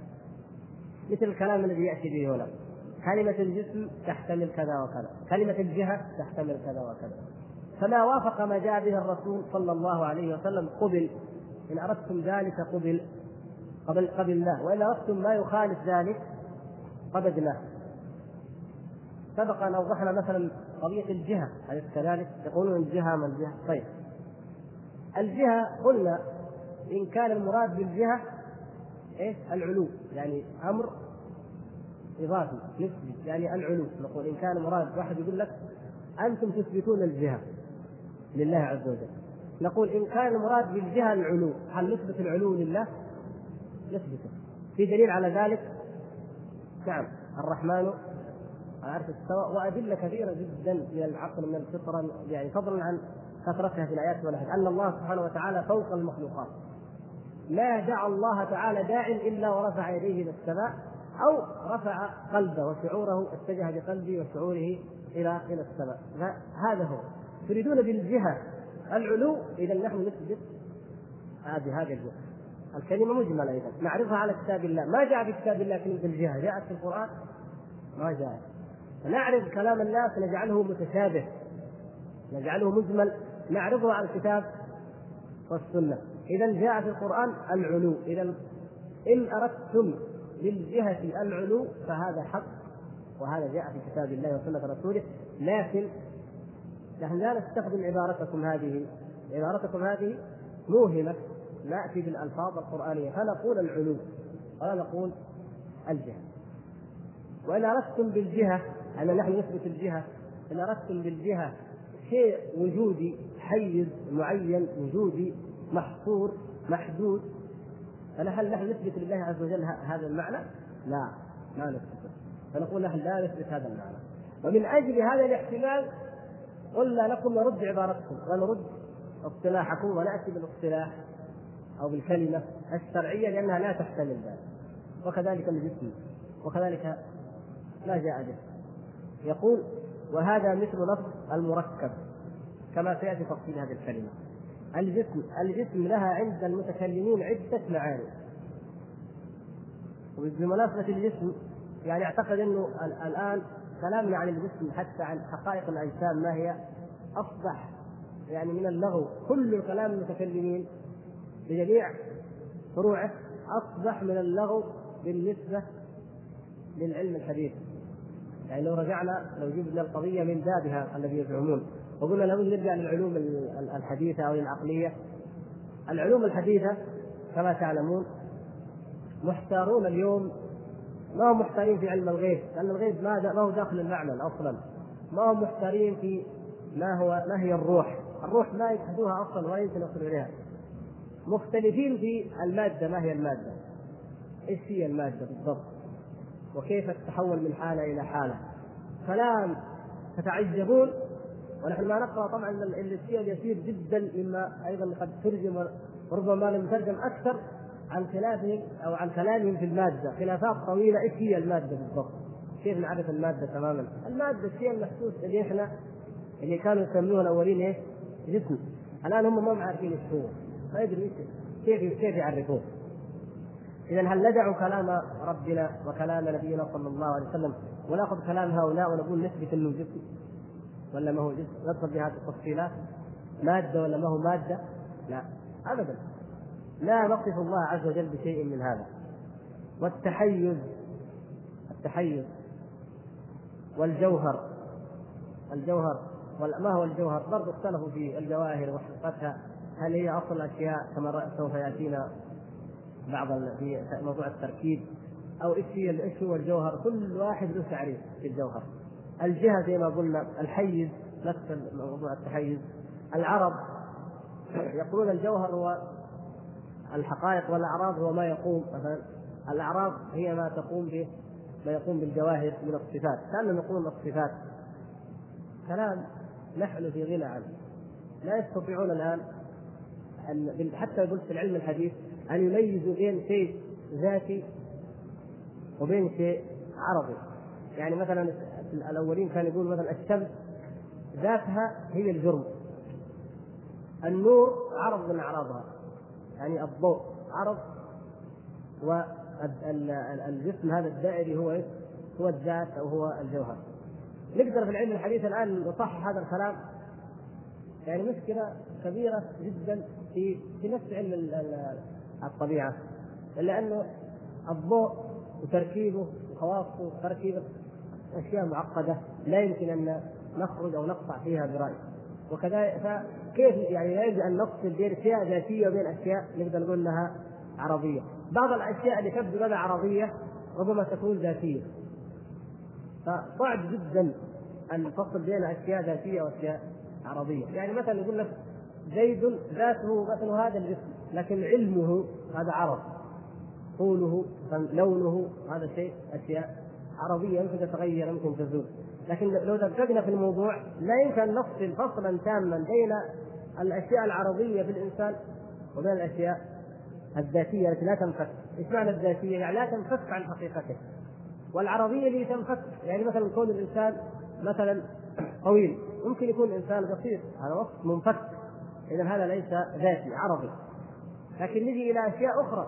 Speaker 1: مثل الكلام الذي يأتي به هنا: كلمة الجسم تحتمل كذا وكذا، كلمة الجهة تحتمل كذا وكذا، فما وافق ما جاء به الرسول صلى الله عليه وسلم قبل، إن أردتم ذلك قبلناه، وإن أردتم ما يخالف ذلك قبلناه. سبق أن أوضحنا مثلا قضية الجهة، أليس كذلك؟ يقولون الجهة ما الجهة. طيب الجهة قلنا إن كان المراد بالجهة العلو، يعني أمر إضافي نسبي، يعني العلو. نقول إن كان مراد، واحد يقول لك أنتم تثبتون الجهة لله عز وجل، نقول إن كان المراد بالجهة العلو، هل نثبت العلو لله؟ نثبته. في دليل على ذلك؟ نعم، الرحمن على العرش استوى، وأدلة كثيرة جدا من العقل من الفطرة، يعني فضلا عن كثرتها في الآيات والأحاديث، أن الله سبحانه وتعالى فوق المخلوقات، لا دعا الله تعالى داع إلا ورفع يديه إلى السماء، أو رفع قلبه وشعوره، اتجه بقلبه وشعوره إلى السماء. هذا هو. تريدون بالجهة العلو، إذا نحن نثبت هذه الجهة. الكلمة مجملة إذا نعرفها على كتاب الله، ما جاء في كتاب الله كلمة الجهة، جاءت في القرآن ما جاءت. نعرف كلام الناس نجعله متشابه، نجعله مجمل، نعرضه على الكتاب والسنة. إذا جاء في القرآن العلو، إذا إن أردتم للجهة العلو فهذا حق، وهذا جاء في كتاب الله وسنة رسوله، لكن نحن لا نستخدم عبارتكم هذه موهمة، نأتي بالألفاظ القرآنية فنقول العلو ولا نقول الجهة. وإن أردتم بالجهة أن نحن نثبت الجهة، إن أردتم بالجهة شيء وجودي حيز معين وجودي محصور محدود، فهل نحن نثبت لله عز وجل هذا المعنى؟ لا، ما نثبت، فنقول نحن لا نثبت هذا المعنى. ومن أجل هذا الاحتمال قلنا لكم نرد عبارتكم ونرد اصطلاحكم ونأتي بالاصطلاح أو بالكلمة الشرعية لأنها لا تحتمل ذلك. وكذلك الجسم، وكذلك لا جاء به. يقول: وهذا مثل لفظ المركب، كما سيأتي تفصيل هذه الكلمة. الجسم لها عند المتكلمين عدة معاني. وبمناسبة الجسم يعني أعتقد أنه الآن كلامنا عن الجسم حتى عن حقائق الأجسام ما هي أصبح يعني من اللغو. كل كلام المتكلمين بجميع فروعه أصبح من اللغو بالنسبة للعلم الحديث. يعني لو رجعنا لو جبنا القضية من بابها الذي يزعمون وقلنا لو نرجع للعلوم الحديثة أو العقلية، العلوم الحديثة كما تعلمون محتارون اليوم، ما هم محتارين في علم الغيب، لأن الغيب ما هو داخل المعنى أصلا. ما هم محتارين في ما هي الروح ما يجحدوها أصلا ولا يمكن يصل إليها. مختلفين في المادة، ما هي المادة، إيش هي المادة بالضبط، وكيف تتحول من حالة إلى حالة. كلام تتعجبون، ونحن ما نقرأ طبعا الشيء يسير جدا مما أيضا قد ترجم وربما ما لم يترجم أكثر عن خلافهم أو عن كلامهم في المادة. خلافات طويلة إيش هي المادة بالضبط، كيف نعرف المادة تماما. المادة الشيء المحسوس اللي كانوا يسموه الأولين إيه؟ جسم. الآن هم ما عارفين إيش هو، ما يدري كيف يعرفوه. إذا هل ندع كلام ربنا وكلام نبينا صلى الله عليه وسلم ونأخذ كلام هؤلاء ونقول نثبت أنه جسم ولا ما هو جسم، ندخل بهذه التفصيلات مادة ولا ما هو مادة؟ لا أبدا، لا نصف الله عز وجل بشيء من هذا. والتحيز والجوهر ما هو الجوهر؟ برضو اختلفوا في الجواهر وحقيقتها، هل هي أصل الأشياء كما سوف يأتينا بعض في موضوع التركيب، أو إيش هو الجوهر؟ كل واحد له تعريف في الجوهر. الجهة زي ما قلنا، الحيز نفس موضوع التحيز. العرب يقولون الجوهر هو الحقائق، والأعراض هو ما يقوم، مثلا الأعراض هي ما يقوم بالجواهر من الصفات، كانهم يقولون الصفات. كلام نحن في غنى عنه، لا يستطيعون الآن أن حتى يقول في العلم الحديث أن يميزوا بين شيء ذاتي وبين شيء عرضي. يعني مثلا الأولين كان يقول مثلا الشمس ذاتها هي الجرم، النور عرض من أعراضها، يعني الضوء عرض، والجسم هذا الدائري هو الذات أو هو الجوهر. نقدر في العلم الحديث الآن نصحح هذا الكلام؟ يعني مشكلة كبيرة جدا في نفس علم الطبيعة، لأنه الضوء وتركيبه وخواصه وتركيبه أشياء معقدة لا يمكن أن نخرج أو نقطع فيها برأي. وكذلك فكيف يعني لا يجب أن نفصل بين أشياء ذاتية وبين أشياء نقدر نقول لها عرضية. بعض الأشياء اللي تبدو لها عرضية ربما تكون ذاتية، فصعب جدا أن نفصل بين أشياء ذاتية وأشياء عرضية. يعني مثلا يقول لك زيد ذاته مثل هذا الجسم، لكن علمه هذا عرض، طوله لونه هذا شيء أشياء عرضية يمكن تتغير يمكن تزول. لكن لو دققنا في الموضوع لا يمكن أن نفصل فصلا تاما بين الأشياء العرضية في الإنسان وبين الأشياء الذاتية التي لا تنفك. إيش معنى الذاتية؟ يعني لا تنفك عن حقيقته، والعرضية اللي تنفك. يعني مثلا كون الإنسان مثلا طويل، ممكن يكون إنسان قصير، هذا وصف منفك، إذا هذا ليس ذاتي عرضي. لكن نجي إلى أشياء أخرى،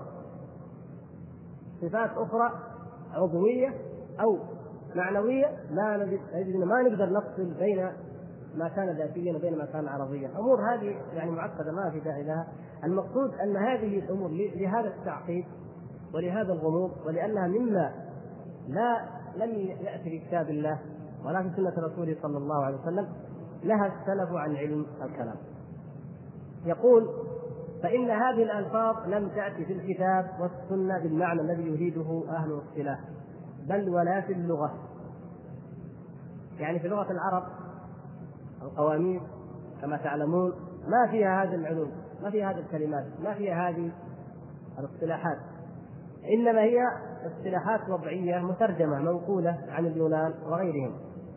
Speaker 1: صفات أخرى عضوية أو معنوية، ما نقدر نفصل بين ما كان ذاتيا وبين ما كان عرضيا. أمور هذه يعني معقدة ما في داعي لها. المقصود أن هذه الأمور لهذا التعقيد ولهذا الغموض، ولأنها مما لم يأتي في كتاب الله ولا في سنة رسوله صلى الله عليه وسلم، لها السلف عن علم الكلام. يقول: فإن هذه الألفاظ لم تأتي في الكتاب والسنة بالمعنى الذي يريده أهل الاصطلاح، بل ولا في اللغة. يعني في لغة العرب القواميس كما تعلمون ما فيها هذه العلوم، ما فيها هذه الكلمات، ما فيها هذه الاصطلاحات، إنما هي اصطلاحات وضعية مترجمة منقولة عن اليونان وغيرهم.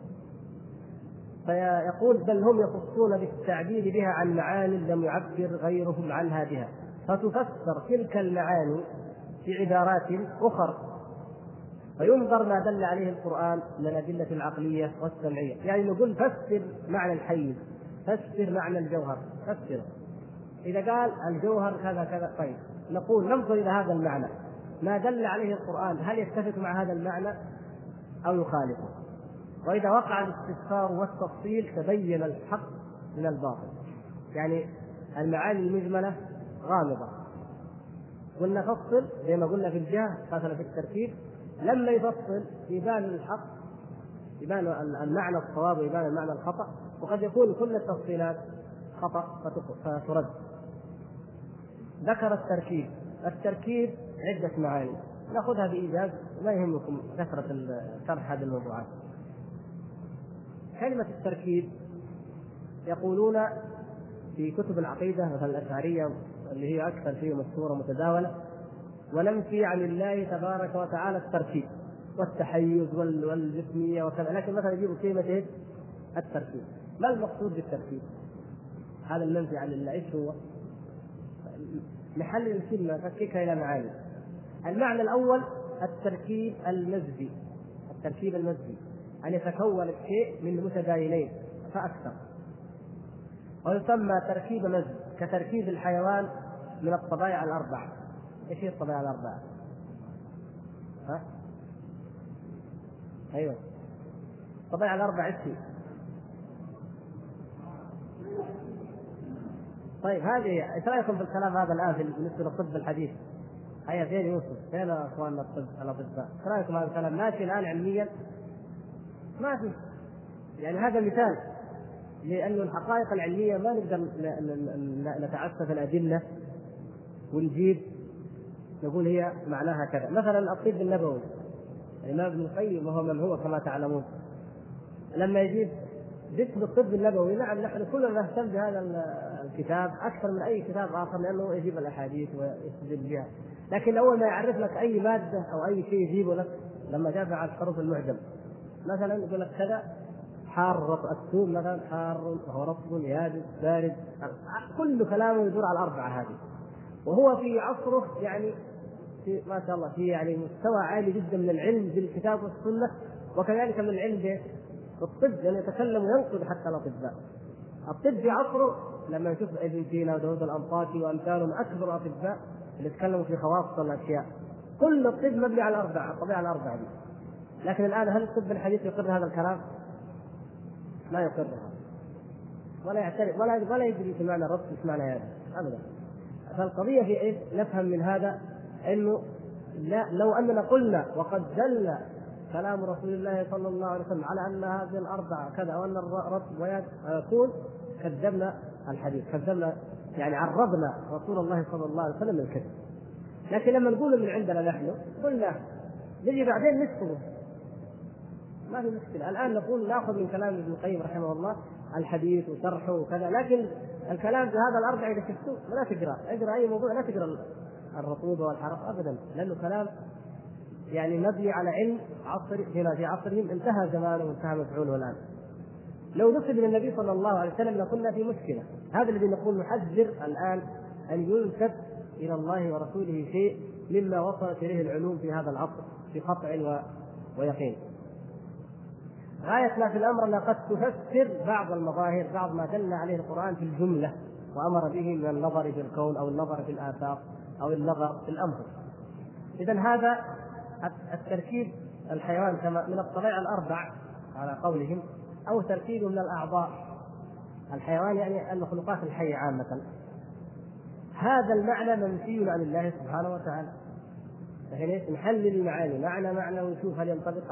Speaker 1: فيقول: بل هم يخصون بالتعبير بها عن معاني لم يعبر غيرهم عنها بها، فتفسر تلك المعاني في عبارات أخرى، فينظر ما دل عليه القرآن من الأدلة العقلية والسمعية. يعني نقول فسر معنى الحيز، فسر معنى الجوهر، فسر. إذا قال الجوهر كذا كذا، طيب نقول ننظر إلى هذا المعنى، ما دل عليه القرآن هل يتفق مع هذا المعنى أو يخالفه؟ وإذا وقع الاستفسار والتفصيل تبين الحق من الباطل. يعني المعاني المجملة غامضة، قلنا فصل زي ما قلنا في الجهة مثلا في التركيب، لما يفصل يبان الحق، يبان المعنى الصواب ويبان المعنى الخطأ، وقد يكون كل التفصيلات خطأ فترد. ذكر التركيب عدة معاني نأخذها بإيجاز، ما يهمكم كثرة شرح هذه الموضوعات. كلمة التركيب يقولون في كتب العقيدة مثل الأشعرية اللي هي أكثر شيء مشهورة متداولة، وننفي عن الله تبارك وتعالى التركيب والتحيز والجسمية وكذا، لكن مثلا يجيبوا كلمة التركيب. ما المقصود بالتركيب؟ هذا المنفي عن الله ايش هو؟ نحلل الكلمة نفككها إلى معاني. المعنى الأول التركيب المزجي، التركيب المزجي أن يتكون الشيء من متباينين فأكثر، ويسمى تركيب مزج كتركيب الحيوان من الطبائع الأربعة. ايش هي الطبائع الأربعة؟ ايوه الطبائع الأربعة ايش هي؟ طيب هذه ايش رايكم في الكلام هذا الآن بالنسبة للطب الحديث؟ هيا فين يوسف؟ فين اخواننا الاطباء؟ ايش رايكم هذا الكلام؟ ماشي الآن علميا؟ ما في. يعني هذا مثال، لأن الحقائق العلمية ما نقدر نتعسف الأدلة ونجيب نقول هي معناها كذا. مثلا الطب النبوي الإمام ابن القيم وهو من هو كما تعلمون، لما يجيب ذكر الطب النبوي، نعم نحن كلنا نهتم بهذا الكتاب أكثر من أي كتاب آخر لأنه يجيب الأحاديث ويستدل بها، لكن أول ما يعرف لك أي مادة أو أي شيء يجيبه لك لما جاء على الحروف المعجم مثلا يقول لك كذا حار الثوم مثلا حار وهو رطب يابس بارد، كل كلامه يدور على الأربعة هذه، وهو في عصره يعني في ما شاء الله في يعني مستوى عالي جدا من العلم بالكتاب والسنة، وكذلك من العلم بالطب، يعني يتكلم وينقد حتى الأطباء. الطب في عصره لما نشوف ابن سينا وداود الأنطاكي وأمثالهم أكبر أطباء اللي يتكلموا في خواص الأشياء، كل الطب مبني على الأربعة، الطبيعة الأربعة دي. لكن الآن هل الطب الحديث يقر هذا الكلام؟ لا يقرها، ولا يعترف ولا يدري في معنى الربط في معنى هذا أبدا. فالقضية في إيش؟ نفهم من هذا إنه لا، لو أننا قلنا وقد دل كلام رسول الله صلى الله عليه وسلم على أن هذه الأربعة كذا وأن الربط ويكون كذبنا الحديث، كذبنا يعني عرضنا رسول الله صلى الله عليه وسلم الكذب. لكن لما نقول من عندنا نحن قلنا نجي بعدين نكتبه ما في مشكلة. الآن نقول نأخذ من كلام ابن القيم رحمه الله الحديث وشرحه وكذا، لكن الكلام في هذا الأربعة إذا شفتوه لا تقرأ أي موضوع، لا تقرأ الرطوبة والحرارة أبدا، لأنه كلام يعني مبني على علم عصر هنا في عصرهم انتهى زمانه وانتهى مفعوله. الآن لو نسب من النبي صلى الله عليه وسلم لكنا في مشكلة. هذا الذي نقول نحذر الآن أن ينسب إلى الله ورسوله شيء مما وصلت إليه العلوم في هذا العصر في قطع ويقين. غاية ما في الأمر أنها قد تفسر بعض المظاهر، بعض ما دل عليه القرآن في الجملة وأمر به من النظر في الكون أو النظر في الآفاق أو النظر في الأنفس. إذن هذا التركيب الحيوان كما من الطبائع الأربع على قولهم، أو تركيب من الأعضاء الحيوان يعني المخلوقات الحية عامة. هذا المعنى منفي عن الله سبحانه وتعالى. يعني نحلل المعاني معنى ونشوف هل ينطبق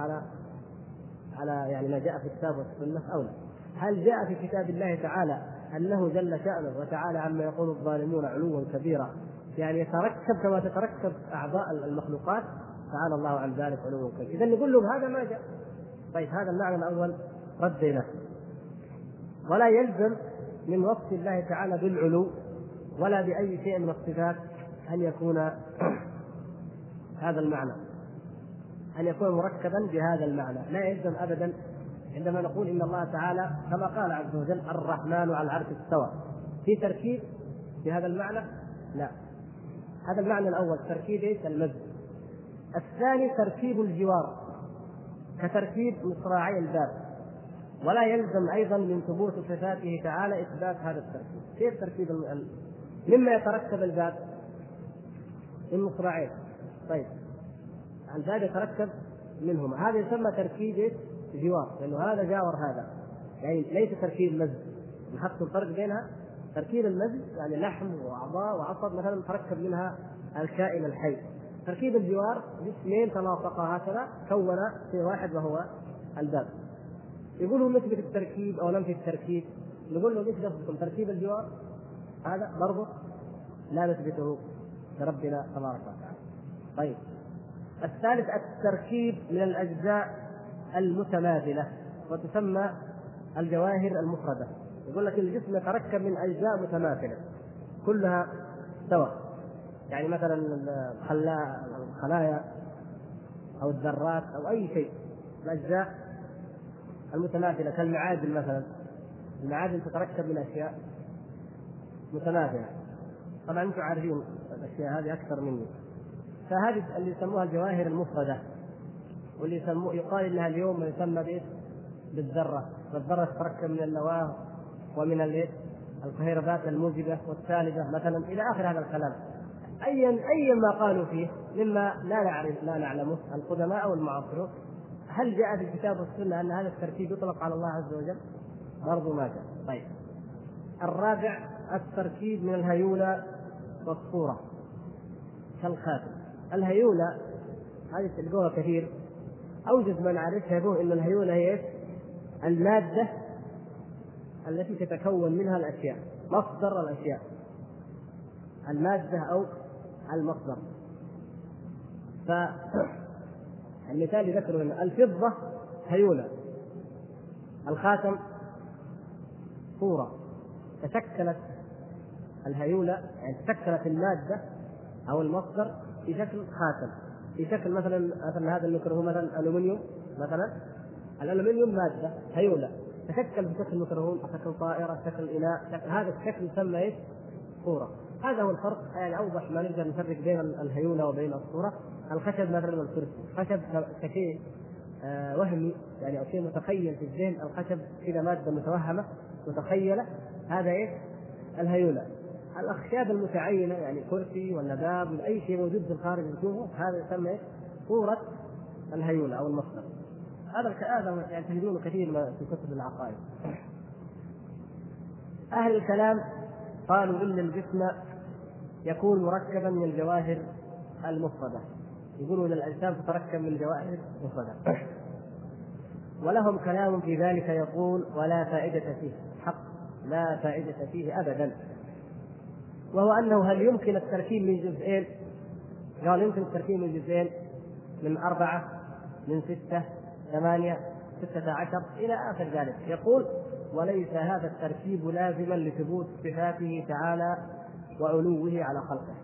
Speaker 1: على يعني ما جاء في الكتاب والسنة أو لا. هل جاء في كتاب الله تعالى أنه جل شأنه وتعالى عما يقول الظالمون علوا كبيرا يعني يتركب كما تتركب أعضاء المخلوقات؟ تعالى الله عن ذلك علوا كبيرا. إذا نقول لهم هذا ما جاء. طيب هذا المعنى الأول رديناه. ولا يلزم من وصف الله تعالى بالعلو ولا بأي شيء من الصفات أن يكون هذا المعنى، أن يكون مركبا بهذا المعنى. لا يلزم أبدا عندما نقول إن الله تعالى كما قال عز وجل الرحمن على العرش استوى، في تركيب بهذا المعنى؟ لا. هذا المعنى الأول تركيب المزج. الثاني تركيب الجوار كتركيب مصراعي الباب، ولا يلزم أيضا من ثبوت صفاته تعالى إثبات هذا التركيب. كيف تركيب مما يتركب الباب؟ المصراعين. طيب الباب يتركب منهما، هذا يسمى تركيب جوار، لأنه هذا جاور هذا، يعني ليس تركيب مزج. نحط الفرق بينها. تركيب المزج يعني لحم وأعضاء وعصب مثلا تركب منها الكائن الحي. تركيب الجوار جسمين تلاصقا هكذا كون شيء واحد وهو الباب. يقولوا نثبت التركيب أو ننفي التركيب. نقول له مثل تركيب الجوار هذا برضه لا نثبته لربنا تبارك وتعالى. طيب، الثالث التركيب من الأجزاء المتماثلة وتسمى الجواهر المفردة. يقول لك الجسم يتركب من أجزاء متماثلة كلها سواء، يعني مثلا الخلايا أو الذرات أو أي شيء، الأجزاء المتماثلة كالمعادن مثلا. المعادن تتركب من أشياء متماثلة. طبعا أنتم عارفين الأشياء هذه أكثر مني. فهذه اللي يسموها الجواهر المفردة، واللي يقال لها اليوم ما يسمى بالذرة. والذرة تتركب من النواة ومن الكهرباء الموجبة والسالبة مثلا إلى آخر هذا الكلام. أي ما قالوا فيه مما لا نعلمه القدماء أو المعاصرون. هل جاء في الكتاب والسنة أن هذا التركيب يطلق على الله عز وجل؟ برضو ما جاء. طيب، الرابع التركيب من الهيولة والصورة كالخاتم. الهيولة هذه تلقوها كثير، أوجد من عرفها يقول إن الهيولة هي المادة التي تتكون منها الأشياء، مصدر الأشياء، المادة أو المصدر. فالمثال ذكره هنا الفضة هيولة، الخاتم صورة. تشكلت الهيولة يعني تشكلت المادة أو المصدر في شكل خاتم، في شكل مثلا هذا الميكروفون مثلا ألومنيوم مثلا. الألومنيوم مادة هيولة تشكل بشكل ميكروفون، شكل طائرة، شكل إناء، هذا الشكل يسمى إيش؟ صورة. هذا هو الفرق، يعني أوضح ما نقدر نفرق بين الهيولة وبين الصورة. الخشب مثلا والكرسي، خشب كشيء وهمي يعني أو شيء متخيل في الذهن. الخشب كذا مادة متوهمة متخيلة، هذا إيش؟ الهيولة. الأخشاب المتعينة يعني كرسي ولا باب ولا أي شيء موجود في الخارج نشوفه، هذا يسمى إيش؟ صورة الهيولة أو المصدر. هذا يعني تجدونه كثير في كتب العقائد. أهل الكلام قالوا إن الجسم يكون مركبا من الجواهر المفردة. يقولون الأجسام تتركب من الجواهر المفردة. ولهم كلام في ذلك يقول ولا فائدة فيه، حق لا فائدة فيه أبدا. وهو أنه هل يمكن التركيب من جزئين؟ قال يمكن التركيب من جزئين، من 4، من 6، 8، 16 إلى آخر ذلك. يقول وليس هذا التركيب لازما لثبوت صفاته تعالى وعلوه على خلقه.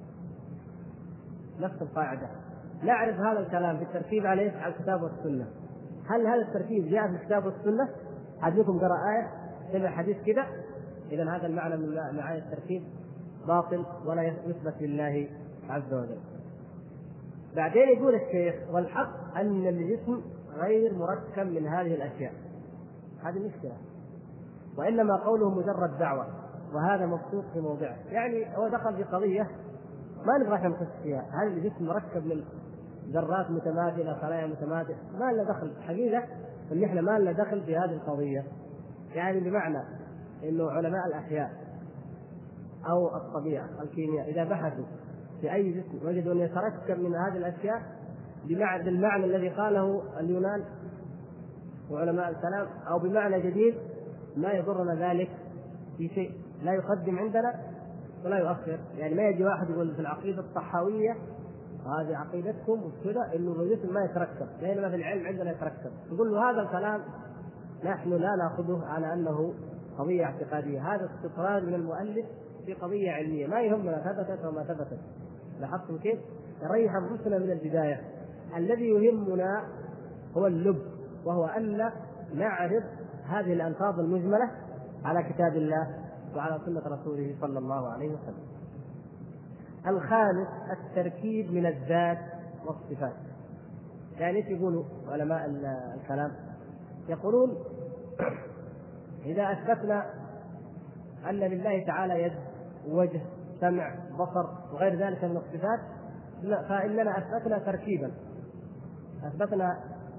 Speaker 1: نفس القاعدة. نعرف هذا الكلام في التركيب عليه على الكتاب والسنة. هل هذا التركيب جاء في الكتاب والسنة؟ حديثكم قرأ آية سمع حديث كذا، إذن هذا المعنى من معاني التركيب باطل ولا يثبت لله عز وجل. بعدين يقول الشيخ والحق أن الجسم غير مركب من هذه الأشياء. هذه مشكلة، وإنما قوله مجرد دعوة، وهذا مبسوط في موضعه. يعني هو دخل في قضية ما نبغى نقص فيها. هل الجسم مركب من ذرات متماثلة، خلايا متماثلة؟ ما لنا دخل حقيقة، إن إحنا ما لنا دخل في هذه القضية. يعني بمعنى إنه علماء الأحياء أو الطبيعة الكيمياء إذا بحثوا في أي جسم وجدوا أن يتركب من هذه الأشياء بالمعنى الذي قاله اليونان وعلماء الكلام أو بمعنى جديد، ما يضرنا ذلك في شيء، لا يقدم عندنا ولا يؤخر. يعني ما يجي واحد يقول في العقيدة الطحاوية هذه عقيدتكم وكذا إنه الجسم ما يتركب، بينما في العلم عندنا يتركب. يقول له هذا الكلام نحن لا نأخذه على أنه قضية اعتقادية، هذا استطراد من المؤلف في قضية علمية، ما يهمنا ثبتت وما ثبتت. لاحظتم كيف؟ يريح أنفسنا من البداية. الذي يهمنا هو اللب، وهو أن نعرض هذه الألفاظ المجملة على كتاب الله وعلى سنة رسوله صلى الله عليه وسلم. الخامس التركيب من الذات والصفات. يعني ايش يقولوا علماء الكلام؟ يقولون إذا أثبتنا أن لله تعالى يد، وجه، سمع، بصر وغير ذلك من الصفات، فإننا أثبتنا تركيبا، أثبتنا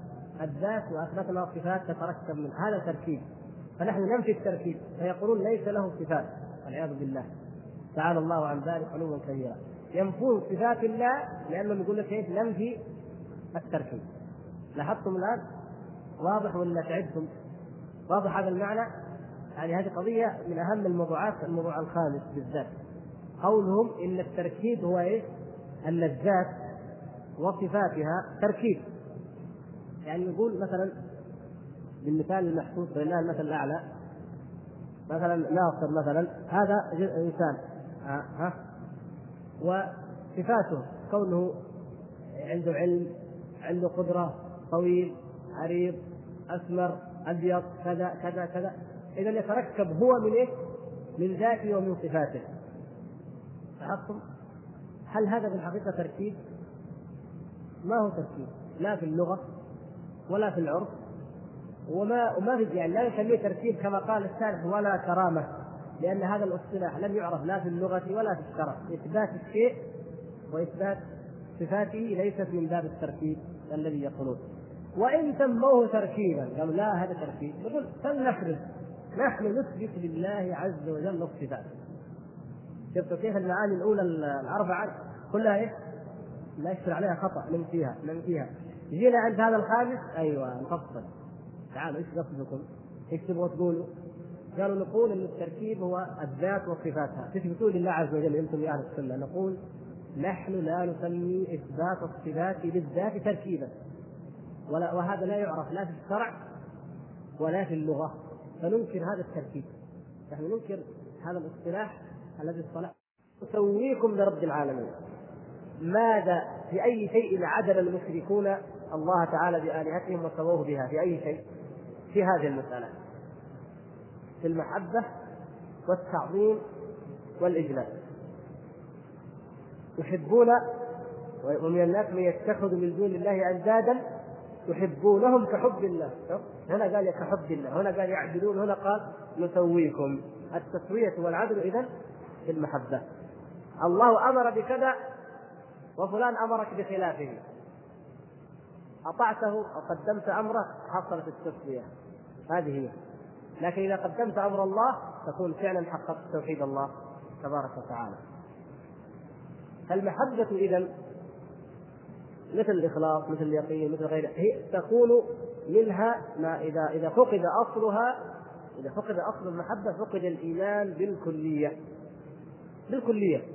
Speaker 1: الذات وأثبتنا صفات تتركب من هذا التركيب، فنحن ننفي التركيب فيقولون ليس له صفات والعياذ بالله، تعالى الله عن ذلك علوا كبيرا. ينفون صفات الله لأنهم يقول لك كيف ننفي التركيب. لاحظتم الآن؟ واضح ولا تعبتم؟ واضح هذا المعنى؟ يعني هذه قضية من أهم الموضوعات، الموضوع الخامس بالذات، قولهم إن التركيب هو إيه؟ أن الذات وصفاتها تركيب. يعني يقول مثلا بالمثال المحسوس لله المثل الأعلى، مثلا ناصر مثلا هذا إنسان وصفاته كونه عنده علم، عنده قدرة، طويل، عريض، أسمر، أبيض، كذا كذا كذا. إذا يتركب هو من إيه؟ من ذاته ومن صفاته. لاحظتم؟ هل هذا في الحقيقة تركيب؟ ما هو تركيب، لا في اللغة ولا في العرف، وما في يعني لا يسميه تركيب كما قال الشارح ولا كرامة، لأن هذا الاصطلاح لم يعرف لا في اللغة ولا في الشرع. إثبات الشيء وإثبات صفاته ليست من باب التركيب الذي يقولون. وإن سموه تركيبا قالوا لا هذا تركيب، نقول فلنفرض نحن نثبت لله عز وجل الصفات. شفتوا كيف المعاني الأولى الأربعة كلها إيه؟ لا يشتري عليها خطأ، ننفيها. جينا عند هذا الخامس أيوة نفصل. تعالوا ايش قصدكم؟ ايش تبغوا تقولوا؟ قالوا نقول ان التركيب هو الذات وصفاتها، تثبتوا لله عز وجل انتم يا اهل السنه. نقول نحن لا نسمي اثبات الصفات للذات تركيبا، وهذا لا يعرف لا في الشرع ولا في اللغه، فننكر هذا التركيب. نحن ننكر هذا الاصطلاح الذي اصطلح. نسويكم برب العالمين. ماذا في اي شيء عدل المشركون الله تعالى بآلهتهم وسووه بها؟ في أي شيء؟ في هذه المسألة، في المحبة والتعظيم والإجلال. يحبون، ومن الناس من يتخذ من دون الله أندادا يحبونهم كحب الله. هنا قال كحب الله، هنا قال يعدلون، هنا قال نسويكم. التسوية والعدل إذن في المحبة. الله أمر بكذا وفلان أمرك بخلافه، أطعته أو قدمت أمره حصلت التسوية، هذه هي. لكن إذا قدمت أمر الله تكون فعلا حققت توحيد الله تبارك وتعالى. المحبة إذن مثل الإخلاص، مثل اليقين، مثل غيره، هي تكون منها ما إذا فقد أصلها، إذا فقد أصل المحبة فقد الإيمان بالكلية.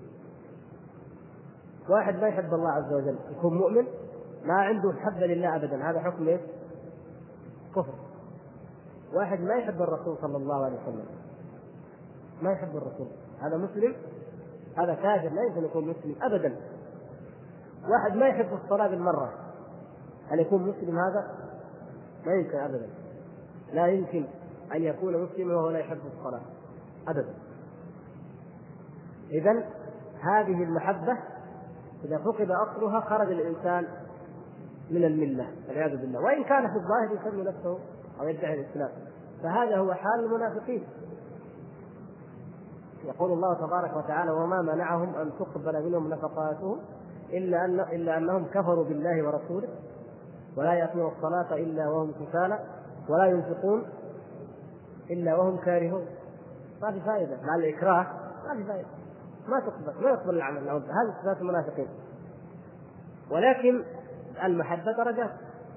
Speaker 1: واحد ما يحب الله عز وجل يكون مؤمن، ما عنده محبة لله أبدا، هذا حكم إيه؟ كفر. واحد ما يحب الرسول صلى الله عليه وسلم، ما يحب الرسول، هذا مسلم، هذا كافر، لا يمكن يكون مسلم أبدا. واحد ما يحب الصلاة بالمرة، هل يكون مسلم هذا؟ ما يمكن أبدا، لا يمكن أن يكون مسلما وهو لا يحب الصلاة أبدا. إذن هذه المحبة إذا فقد أصلها خرج الإنسان من الملة والعياذ بالله، وإن كان في الظاهر يسمي نفسه أو يدعي الإسلام. فهذا هو حال المنافقين. يقول الله تبارك وتعالى وما منعهم أن تقبل منهم نفقاتهم إلا أنهم كفروا بالله ورسوله ولا يأتون الصلاة إلا وهم كسالى ولا ينفقون إلا وهم كارهون. ما في فائدة مع الإكراه، ما في فائدة، ما يقبل العمل. هذه صفات المنافقين. ولكن المحبة درجات،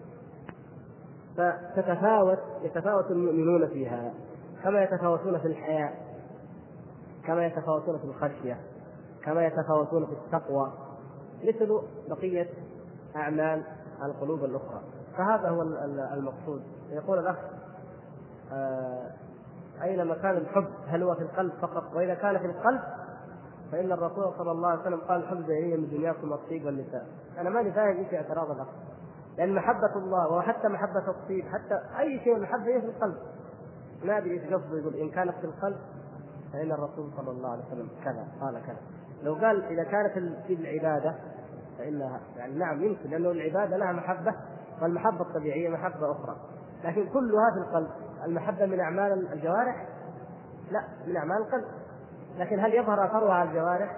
Speaker 1: يتفاوت المؤمنون فيها، كما يتفاوتون في الحياة، كما يتفاوتون في الخشية، كما يتفاوتون في التقوى، مثل بقية أعمال القلوب الأخرى. فهذا هو المقصود. يقول الأخ أين مكان الحب؟ هل هو في القلب فقط؟ وإذا كان في القلب فإن الرسول صلى الله عليه وسلم قال الحب زينية من دنياكم الطيب والنساء. أنا ماني فاهم إيش اعتراض الأخ، لأن محبة الله وحتى محبة الطيب حتى أي شيء محبة هي في القلب. ما أدري إيش قصده، يقول إن كانت في القلب فإن الرسول صلى الله عليه وسلم كذا قال كذا. لو قال إذا كانت في العبادة فإنها يعني نعم يمكن، لأنه العبادة لها محبة، والمحبة الطبيعية محبة أخرى، لكن كلها في القلب. المحبة من أعمال الجوارح؟ لا، من أعمال القلب. لكن هل يظهر أثرها على الجوارح؟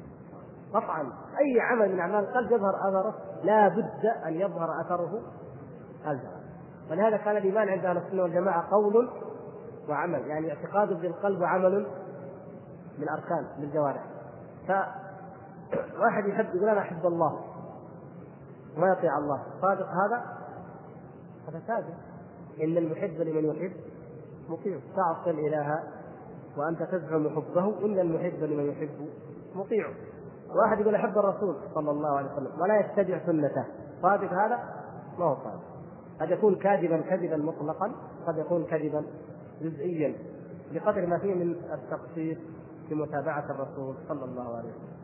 Speaker 1: قطعا أي عمل من أعمال القلب يظهر أثره، لا بد أن يظهر أثره الجوارح. ولهذا كان الإيمان عند أهل السنة والجماعة قول وعمل، يعني اعتقاد بالقلب وعمل بالأركان بالجوارح. فواحد يحب يقول أنا أحب الله وما يطيع الله، صادق هذا كاذب. إن المحب لمن يحب مطيع. تعصي الإله وأنت تزعم حبه، إن المحب لمن يحب مطيع. واحد يقول أحب الرسول صلى الله عليه وسلم ولا يتبع سنته، صادق هذا؟ ما هو صادق. قد يكون كاذبا كذبا مطلقا، قد يكون كذبا جزئيا بقدر ما فيه من التقصير في متابعة الرسول صلى الله عليه وسلم.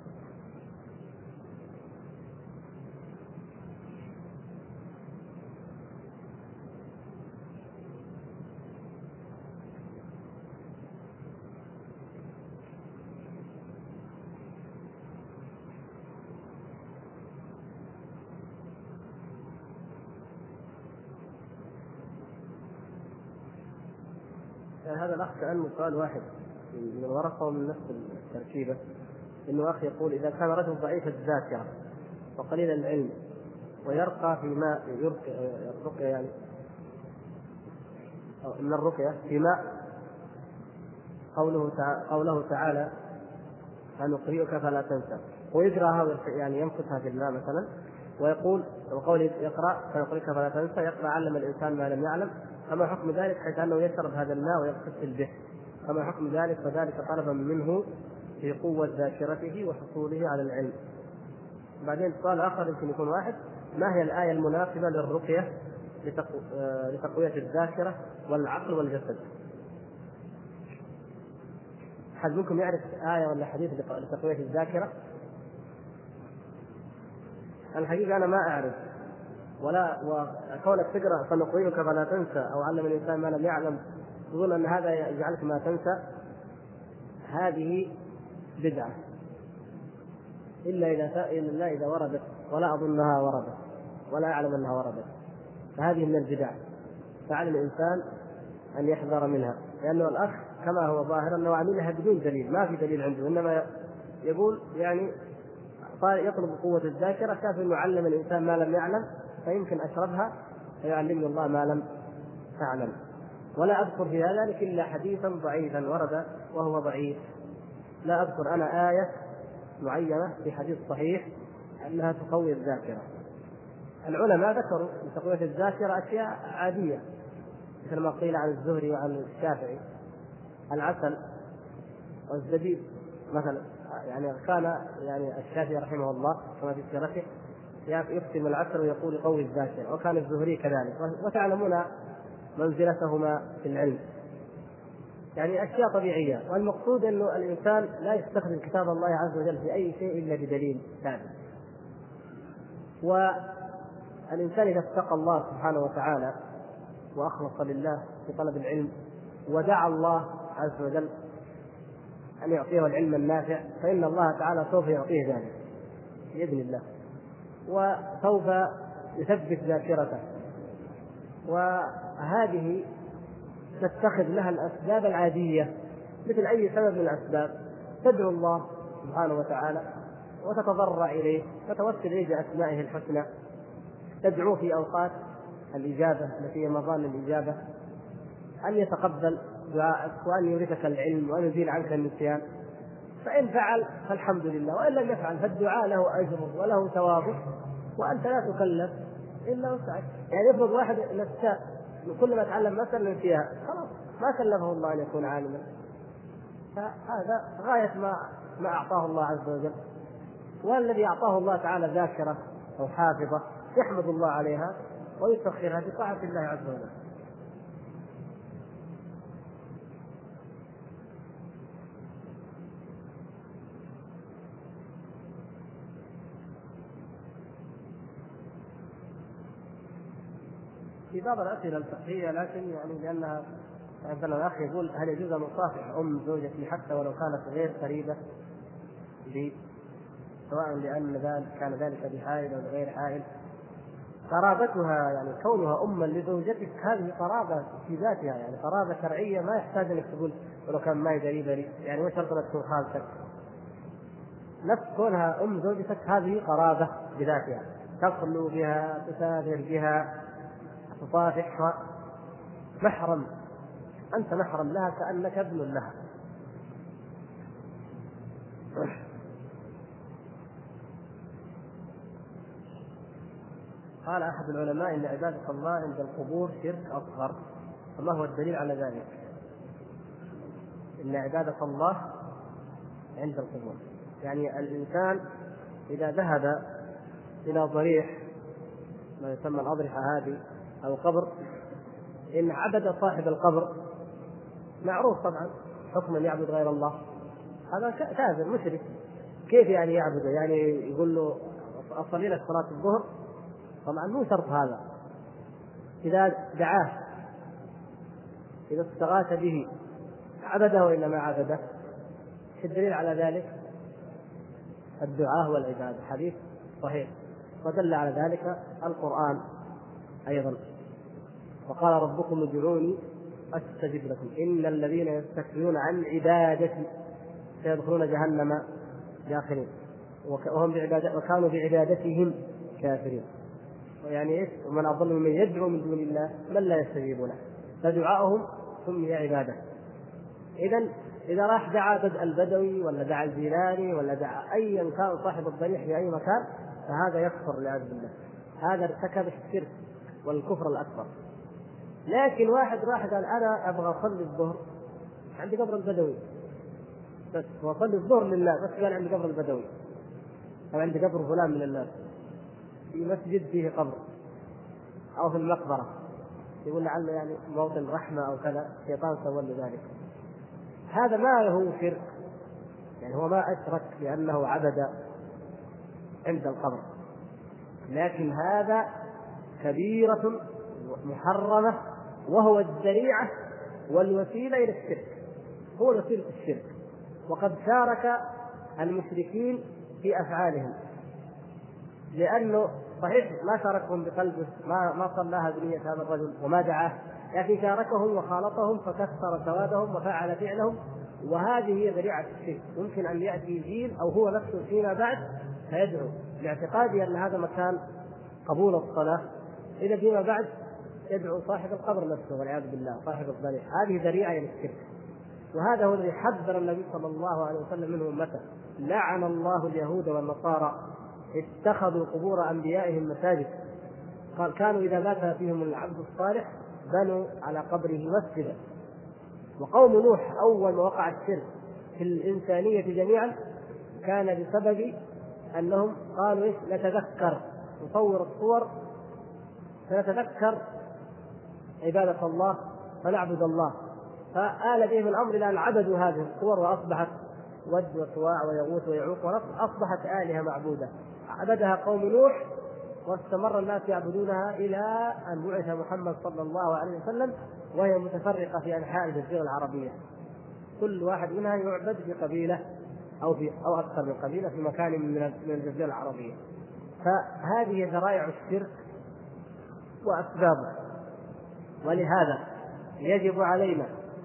Speaker 1: هذا الأخ كأنه سؤال واحد من الورقة ومن نفس التركيبة، إنه أخ يقول إذا كان رجل ضعيف الذاكرة وقليل العلم ويرقى في ماء الرقية، يعني أو إن الرقية في ماء قوله تعالى سنقرئك فلا تنسى، ويجراها يعني يمسكها في الماء مثلا، ويقول وقوله يقرأ سنقرئك فلا تنسى، يقرأ علم الإنسان ما لم يعلم، فما حكم ذلك؟ حيث أنه يشرب هذا الماء ويغتسل به، فما حكم ذلك؟ فذلك طلبا منه في قوة ذاكرته وحصوله على العلم. بعدين سؤال آخر يمكن يكون واحد: ما هي الآية المناسبة للرقية لتقوية الذاكرة والعقل والجسد؟ أحد منكم يعرف آية ولا حديث لتقوية الذاكرة؟ الحقيقة أنا ما أعرف، ولا وكونك تقرأ سنقرئك فلا تنسى أو علم الإنسان ما لم يعلم تظن أن هذا يجعلك ما تنسى، هذه بدعة إلا إذا وردت، ولا أظنها وردت ولا أعلم أنها وردت، فهذه من البدع، فعلى الإنسان أن يحذر منها، لأنه الأخ كما هو ظاهر أنه عملها بدون دليل، ما في دليل عنده، إنما يقول يعني يطلب قوة الذاكرة، كافٍ إنه علم الإنسان ما لم يعلم، فيمكن أشربها فيعلمني الله ما لم أعلم. ولا أذكر في ذلك إلا حديثا ضعيفا ورد وهو ضعيف، لا أذكر أنا آية معينة في حديث صحيح أنها تقوي الذاكرة. العلماء ذكروا لتقوية الذاكرة أشياء عادية مثل ما قيل عن الزهري وعن الشافعي، العسل والزبيب مثلا، يعني كان يعني الشافعي رحمه الله كما في سيرته يقسم العسل ويقول يقوي الذاكرة، وكان الزهري كذلك، وتعلمون منزلتهما في العلم، يعني أشياء طبيعية. والمقصود أنه الإنسان لا يستخدم كتاب الله عز وجل في أي شيء إلا بدليل ثابت. والإنسان إذا اتقى الله سبحانه وتعالى وأخلص لله في طلب العلم ودعا الله عز وجل أن يعطيه العلم النافع، فإن الله تعالى سوف يعطيه ذلك بإذن الله، وسوف يثبت ذاكرته. وهذه تتخذ لها الأسباب العادية مثل أي سبب من الأسباب، تدعو الله سبحانه وتعالى وتتضرع إليه وتوسل إليه بأسمائه الحسنى، تدعو في أوقات الإجابة التي هي مظان الإجابة أن يتقبل دعاءك وأن يورثك العلم وأن يزيل عنك النسيان، فإن فعل فالحمد لله، وإن لم يفعل فالدعاء له أجره وله ثوابه، وأنت لا تكلف إلا وسعك. يعني يفرض واحد نساء كل ما تعلم مثلا فيها خلاص ما كلفه الله أن يكون عالما، فهذا غاية ما أعطاه الله عز وجل. والذي أعطاه الله تعالى ذاكرة أو حافظة يحمد الله عليها ويسخرها بطاعة الله عز وجل. في بعض الأسئلة الفقهية، لكن يعني لأنها مثلا الأخ يقول هل يجوز أن أصافح أم زوجتي حتى ولو كانت غير قريبة لي، سواء لأن كان ذلك بحائل أو غير حائل؟ قرابتها يعني كونها أما لزوجتك هذه قرابة في ذاتها، يعني قرابة شرعية، ما يحتاج أنك تقول ولو كان ما قريبة لي، يعني ما شرط أن تكون خالتك. نفس كونها أم زوجتك هذه قرابة بذاتها، تخلو بها تسافر بها تصافحها محرم، أنت محرم لها كأنك ابن لها. قال أحد العلماء إن عبادة الله عند القبور شرك أصغر، فما هو الدليل على ذلك؟ إن عبادة الله عند القبور يعني الإنسان إذا ذهب إلى ضريح ما يسمى الأضرحة هذه أو قبر، إن عبد صاحب القبر معروف طبعا حكما يعبد غير الله، هذا كافر مشرك. كيف يعني يعبده؟ يعني يقول له أصلي لك صلاة الظهر؟ طبعا مو شرط هذا. إذا دعاه، إذا استغاث به، عبده وإلا ما عبده؟ الدليل على ذلك الدعاء والعبادة، حديث صحيح ودل على ذلك القرآن أيضا. وقال ربكم ادعوني أستجب لكم إن الذين يستكبرون عن عبادتي سيدخلون جهنم داخلين وكانوا بعبادتهم كافرين. يعني إيش؟ ومن أضل ممن يدعو من دون الله من لا يستجيب له، فدعاؤهم سمي عبادة. إذا راح دعا بدء البدوي ولا دعا الجيلاني ولا دعا أيا كان صاحب الضريح في أي مكان فهذا يكفر والعياذ بالله، هذا ارتكب الشرك والكفر الأكبر. لكن واحد راح قال أنا أبغى أصلي الظهر عندي قبر البدوي بس، وأصلي الظهر لله بس، قال عندي قبر البدوي أو عندي قبر فلان من الناس في مسجد فيه قبر أو في المقبرة، يقول لعله يعني موطن رحمة أو كذا، الشيطان سوى له ذلك. هذا ما هو شرك، يعني هو ما أشرك لأنه عبد عند القبر، لكن هذا كبيرة محرمة وهو الذريعة والوسيلة إلى الشرك، هو وسيلة الشرك. وقد شارك المشركين في أفعالهم، لأنه صحيح ما شاركهم بقلبه، ما صلاها بنية هذا الرجل وما دعاه، لكن شاركهم وخالطهم فكسر سوادهم وفعل فعلهم، وهذه هي ذريعة الشرك. ممكن أن يأتي جيل أو هو نفسه فيما بعد فيدعو لاعتقاده أن هذا مكان قبول الصلاة، إذا فيما بعد يدعو صاحب القبر نفسه والعياذ بالله صاحب الضريح، هذه ذريعة إلى الشرك. وهذا هو الذي حذر النبي صلى الله عليه وسلم منه أمته: لعن الله اليهود والنصارى اتخذوا قبور أنبيائهم مساجد. قال كانوا إذا مات فيهم العبد الصالح بنوا على قبره مسجدا. وقوم نوح أول ما وقع الشرك في الإنسانية جميعا كان بسبب أنهم قالوا نتذكر نصور الصور فنتذكر عبادة الله فنعبد الله، فآل بهم الأمر إلى أن عبدوا هذه الصور وأصبحت ود وسواع ويغوث ويعوق ونصر، أصبحت آلهة معبودة عبدها قوم نوح، واستمر الناس يعبدونها إلى أن بعث محمد صلى الله عليه وسلم، وهي متفرقة في أنحاء الجزيرة العربية، كل واحد منها يعبد في قبيلة أو أكثر من قبيلة في مكان من الجزيرة العربية. فهذه ذرائع الشرك وأسبابه. ولهذا يجب علينا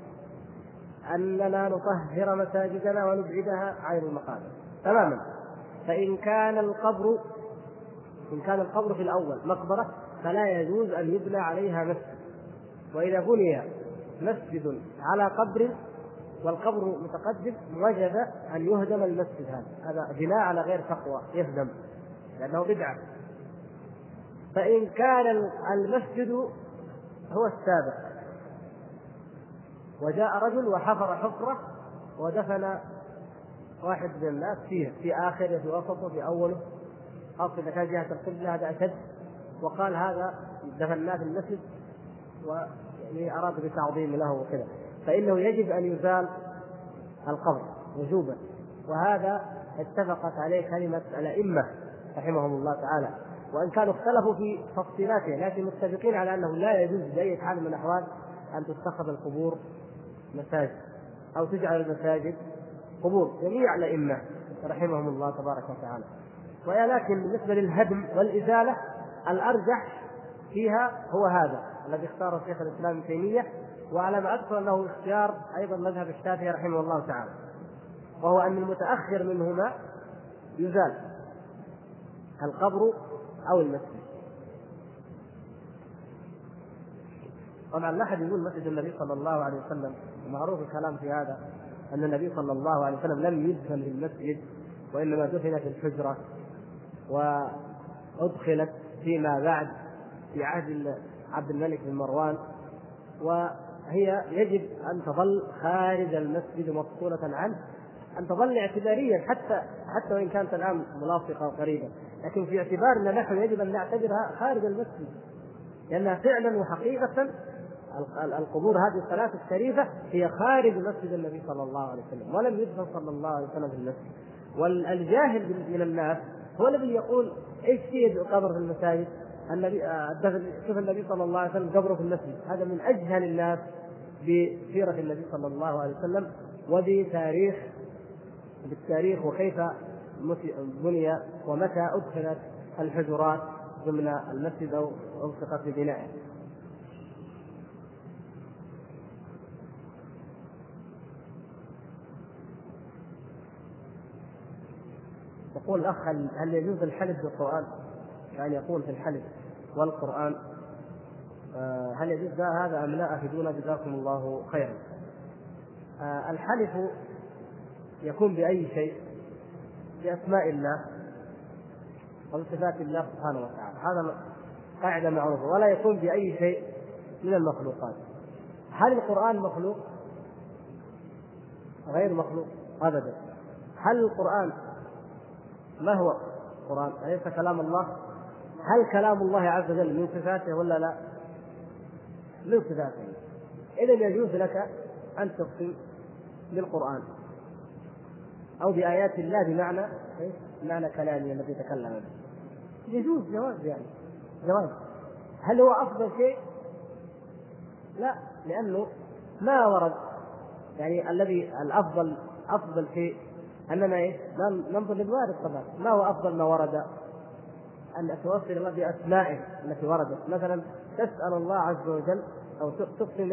Speaker 1: أننا نطهر مساجدنا ونبعدها عن المقابر تماما. فإن كان القبر في الأول مقبرة فلا يجوز أن يبنى عليها مسجد، وإذا بني مسجد على قبر والقبر متقدم وجب أن يهدم المسجد، هذا بناء على غير تقوى يهدم لأنه بدعة. فإن كان المسجد هو السابق وجاء رجل وحفر حفرة ودفن واحد من الناس فيها في آخره في وسطه في أوله، خاصة إذا كان جهة القبلة هذا أشد، وقال هذا دفناه في المسجد ويعني أراد بتعظيم له وكذا، فإنه يجب أن يزال القبر وجوبا. وهذا اتفقت عليه كلمة الأئمة رحمهم الله تعالى، وإن كانوا اختلفوا في تفصيلاته لكن متفقين على أنه لا يجوز بأي حال من الأحوال أن تتخذ القبور مساجد أو تجعل المساجد قبور، جميع الأئمة رحمهم الله تبارك وتعالى. ولكن بالنسبة للهدم والإزالة الأرجح فيها هو هذا الذي اختاره شيخ الإسلام ابن تيمية، وعلى ما أذكر أنه اختيار أيضا مذهب الشافعي رحمه الله تعالى، وهو أن المتأخر منهما يزال القبر أو المسجد. طبعا لا أحد يقول مسجد النبي صلى الله عليه وسلم، معروف الكلام في هذا، أن النبي صلى الله عليه وسلم لم يدفن في المسجد، وإنما دفن في الحجرة، وأدخلت فيما بعد في عهد عبد الملك بن مروان، وهي يجب أن تظل خارج المسجد مفصولة عنه، أن تظل اعتباريا حتى وإن كانت الآن ملاصقة وقريبة، لكن في اعتبارنا نحن يجب أن نعتبرها خارج المسجد، لأنها فعلا وحقيقة القبور هذه الثلاث الشريفة هي خارج مسجد النبي صلى الله عليه وسلم، ولم يدفن صلى الله عليه وسلم في المسجد. والجاهل من الناس هو الذي يقول ايش في قبر في المساجد؟ النبي شوف النبي صلى الله عليه وسلم قبره في المسجد. هذا من أجهل الناس بسيرة النبي صلى الله عليه وسلم بالتاريخ وكيف بني ومتى أدخلت الحجرات ضمن المسجد أو ألصقت ببنائه. يقول الأخ: هل يجوز الحلف بالقرآن؟ يعني يقول في الحلف والقرآن هل يجوز هذا أم لا؟ أفيدونا جزاكم الله خيرا. الحلف يكون بأي شيء، بأسماء الله وبصفات الله سبحانه وتعالى، هذا قاعدة معروفة، ولا يكون بأي شيء من المخلوقات. هل القرآن مخلوق؟ غير مخلوق أبدا. هل القرآن ما هو القرآن؟ أليس كلام الله؟ هل كلام الله عز وجل من صفاته ولا لا؟ من صفاته. إذن يجوز لك أن تقسم بالقرآن أو بآيات الله بمعنى كلامي الذي تكلم به. يجوز، جواز، يعني جواز. هل هو أفضل شيء؟ لا، لأنه ما ورد، يعني الذي أفضل شيء أننا ننظر للوارد. طبعا ما هو أفضل ما ورد؟ أن توصل الله بأسمائه التي وردت، مثلا تسأل الله عز وجل أو تقسم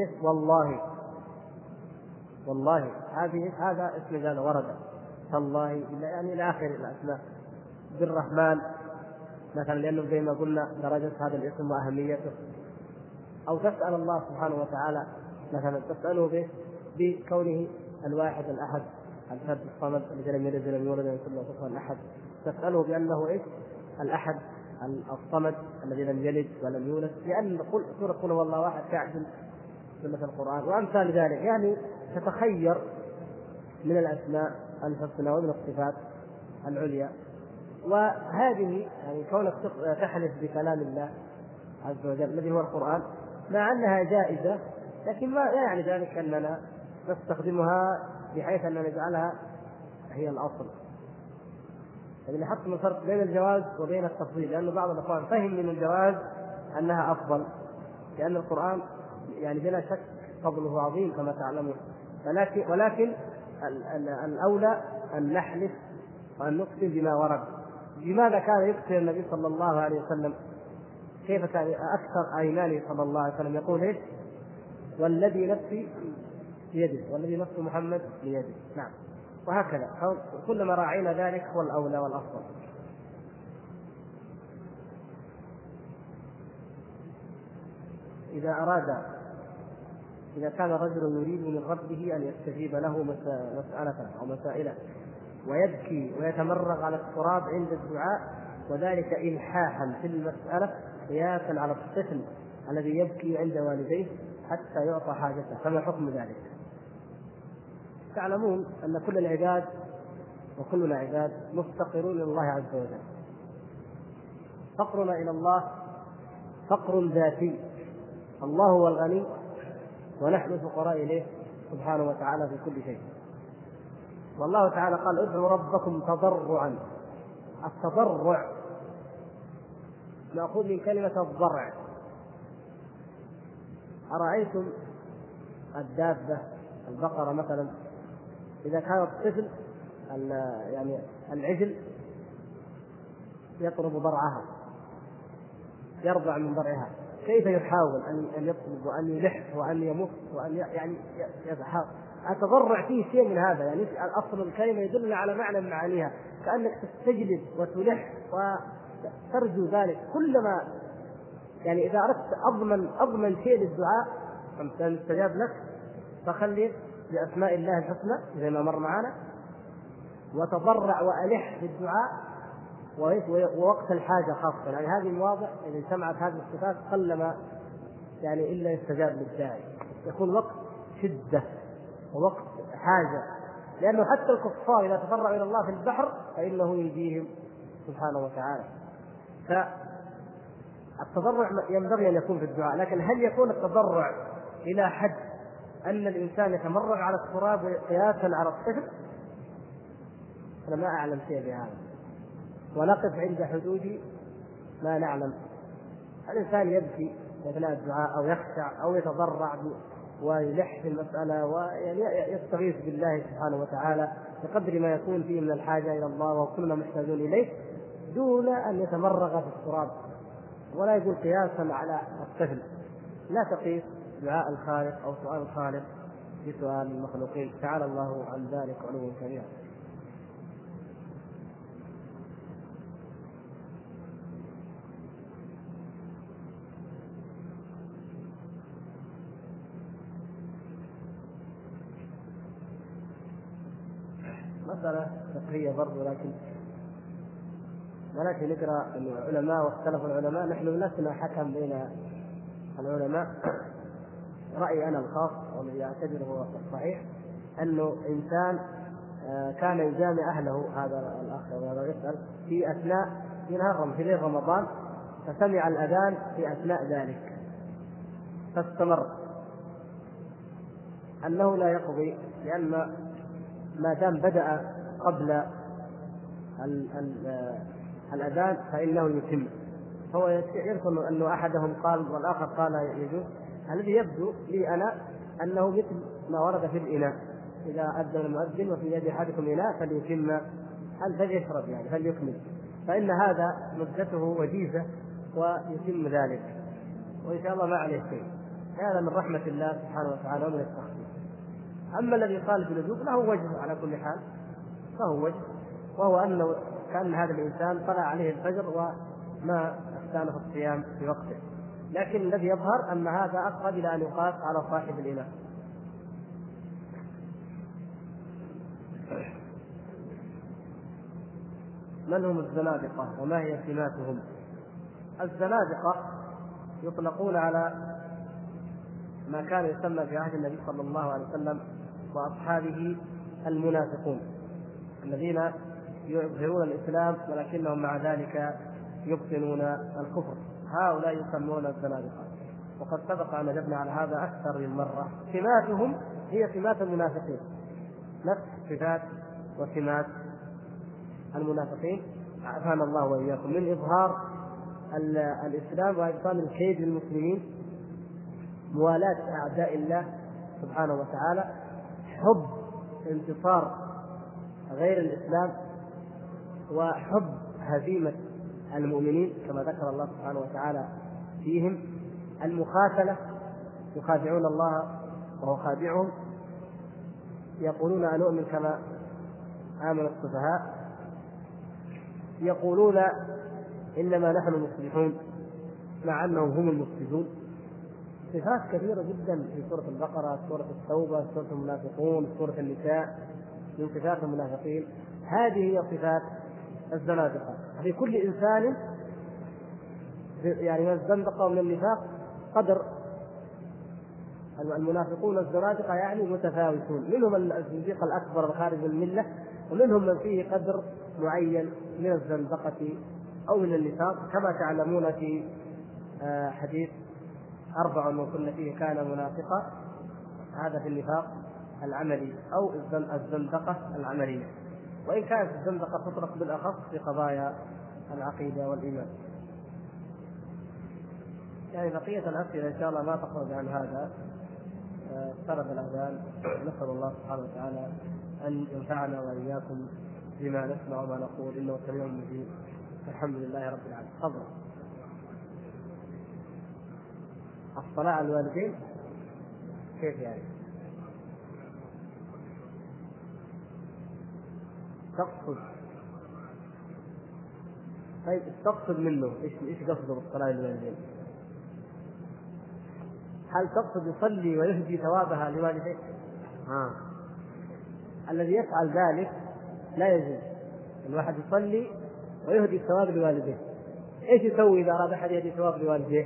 Speaker 1: والله هذا اسم جل ورد، الله يعني إلى آخر الأسماء. بالرحمن مثلا، لأنه زي ما قلنا درجة هذا الاسم وأهميته. أو تسأل الله سبحانه وتعالى مثلا تسأله بكونه الواحد الأحد الفرد الصمد الذي لم يلد ولم يولد ولم يكن له كفوا أحد. تسأله بأنه الأحد الصمد الذي لم يلد ولم يولد، لأن سورة قل هو الله واحد تعدل سنة القرآن وأمثال ذلك. يعني تتخير من الأسماء الحسنى ومن الصفات العليا. وهذه يعني كونك تحلف بكلام الله عز وجل الذي هو القرآن، مع أنها جائزة، لكن لا يعني ذلك أننا نستخدمها بحيث أننا نجعلها هي الأصل. يعني نحط من فرق بين الجواز وبين التفضيل، لأن بعض الأخوان فهم من الجواز أنها أفضل، لأن القرآن يعني بلا شك فضله عظيم كما تعلمون، ولكن الأولى أن نحلف وأن نقسم بما ورد. لماذا كان يقسم النبي صلى الله عليه وسلم؟ كيف كان أكثر أيمانه صلى الله عليه وسلم يقول والذي نفسي بيده، والذي نفس محمد بيده. نعم، وهكذا كلما راعينا ذلك هو الأولى والأفضل. إذا كان رجل يريد من ربه أن يستجيب له مسألة أو مسائل ويبكي ويتمرغ على التراب عند الدعاء، وذلك إلحاحا في المسألة قياسا على الطفل الذي يبكي عند والديه حتى يعطى حاجته، فما حكم ذلك؟ تعلمون أن كل العباد وكلنا عباد مفتقرون إلى الله عز وجل. فقرنا إلى الله فقر ذاتي، الله هو الغني ونحن الفقراء إليه سبحانه وتعالى في كل شيء. والله تعالى قال ادعوا ربكم تضرعا. التضرع مأخوذ من كلمة الضرع. أرأيتم الدابة البقرة مثلا إذا كان الطفل يعني العجل يطلب ضرعها، يرضع من ضرعها، كيف يحاول أن يطلب وأن يلح وأن يمص وأن يعني يحاول. التضرع فيه شيء من هذا، يعني أصل الكلمة يدل على معنى من معانيها، كأنك تستجلب وتلح وترجو ذلك. كلما يعني إذا أردت أضمن شيء للدعاء أنت استجاب لك فخلي بأسماء الله الحسنى زي ما مر معنا، وتضرع وألح بالدعاء ووقت الحاجة خاصة. يعني هذه المواضع إذا اجتمعت هذه الصفات قلما يعني إلا يستجاب للداعي، يكون وقت شدة ووقت حاجة، لأنه حتى الكفار إذا تضرعوا إلى الله في البحر فإنه ينجيهم سبحانه وتعالى. فالتضرع ينبغي أن يكون في الدعاء، لكن هل يكون التضرع إلى حد أن الإنسان يتمرغ على التراب قياسا على الطفل؟ أنا ما أعلم شيء بهذا، ونقف عند حدود ما نعلم. الإنسان يبكي أثناء الدعاء أو يخشع أو يتضرع ويلح في المسألة ويستغيث بالله سبحانه وتعالى بقدر ما يكون فيه من الحاجة إلى الله وكلنا محتاجون إليه، دون أن يتمرغ في التراب، ولا يقول قياسا على الطفل. لا تقيس دعاء الخالق أو سؤال الخالق بسؤال المخلوقين، تعالى الله عن ذلك علوا كبيرا. مسألة فقهية برضو، لكن نقرأ العلماء واختلف العلماء. نحن لسنا حكم بين العلماء. رأيي أنا الخاص والذي أعتبره الصحيح أنه إنسان كان يجامع أهله، هذا الأخ هذا يسأل، في أثناء في ليل رمضان، فسمع الأذان في أثناء ذلك فاستمر، أنه لا يقضي، لأن ما دام بدأ قبل الأذان فإنه يتم. هو يذكر أنه أحدهم قال والآخر قال يجوز. الذي يبدو لي أنا أنه مثل ما ورد في الإناء، إذا أذن المؤذن وفي يد أحدكم إناء فليتم، فليشرب يعني فليكمل، فإن هذا مدته وجيزة ويتم ذلك، وإن شاء الله ما عليه شيء. هذا من رحمة الله سبحانه وتعالى ومن التخفيف. أما الذي قال بالوجوب له وجه على كل حال، فهو وجه، وهو أنه كان هذا الإنسان طلع عليه الفجر وما استانف الصيام في وقته، لكن الذي يظهر أن هذا أقرب إلى أن يقاس على صاحب الإناء. من هم الزنادقة وما هي سماتهم؟ الزنادقة يطلقون على ما كان يسمى في عهد النبي صلى الله عليه وسلم وأصحابه المنافقون، الذين يظهرون الإسلام ولكنهم مع ذلك يبطنون الكفر، هؤلاء يسمون الزنادقة. وقد سبق أن جبنا على هذا أكثر من مرة. سماتهم هي سمات المنافقين، نفس صفات وسمات المنافقين، عافانا الله وإياكم، من إظهار الإسلام وإبطان الكيد للمسلمين، موالاة أعداء الله سبحانه وتعالى، حب انتصار غير الإسلام، وحب هزيمة المؤمنين كما ذكر الله سبحانه وتعالى فيهم، المخاتلة، يخادعون الله وهو خادعهم، يقولون أنؤمن كما آمن السفهاء، يقولون إنما نحن مصلحون مع أنهم هم المفسدون. صفات كثيرة جدا في سورة البقرة، سورة التوبة، سورة المنافقون، سورة النساء، من صفات المنافقين. هذه هي صفات الزنادقة. في كل إنسان يعني من الزندقة ومن النفاق قدر. المنافقون الزنادقة يعني متفاوتون، منهم الزنديق الأكبر الخارج الملة، ومنهم من فيه قدر معين من الزندقة أو من النفاق، كما تعلمون في حديث 4 من كن فيه كان منافقا، هذا في النفاق العملي أو الزندقة العملية، وإن كانت الزندقة تطلق بالأخص في قضايا العقيدة والإيمان. يعني بقية الأسئلة إن شاء الله ما تخرج عن هذا. اقترب الأذان، نسأل الله سبحانه وتعالى أن ينفعنا وإياكم بما نسمع وما نقول، إنه سميع مجيب. الحمد لله رب العالمين. تفضل. الصلاة على الوالدين كيف يعني؟ تقصد؟ طيب تقصد منه ايش قصده بالصلاة على الوالدين؟ هل تقصد يصلي ويهدي ثوابها لوالديه؟ الذي يفعل ذلك لا يجوز. الواحد يصلي ويهدي الثواب لوالديه. ايش يسوي اذا اراد احد يهدي ثواب لوالديه؟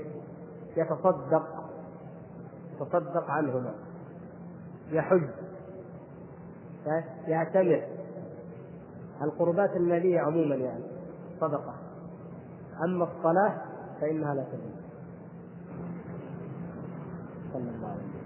Speaker 1: يتصدق عنهما، يحج، يعتمر، القربات الماليه عموما يعني صدقه. اما الصلاه فانها لا تجوز. صلى الله عليه وسلم.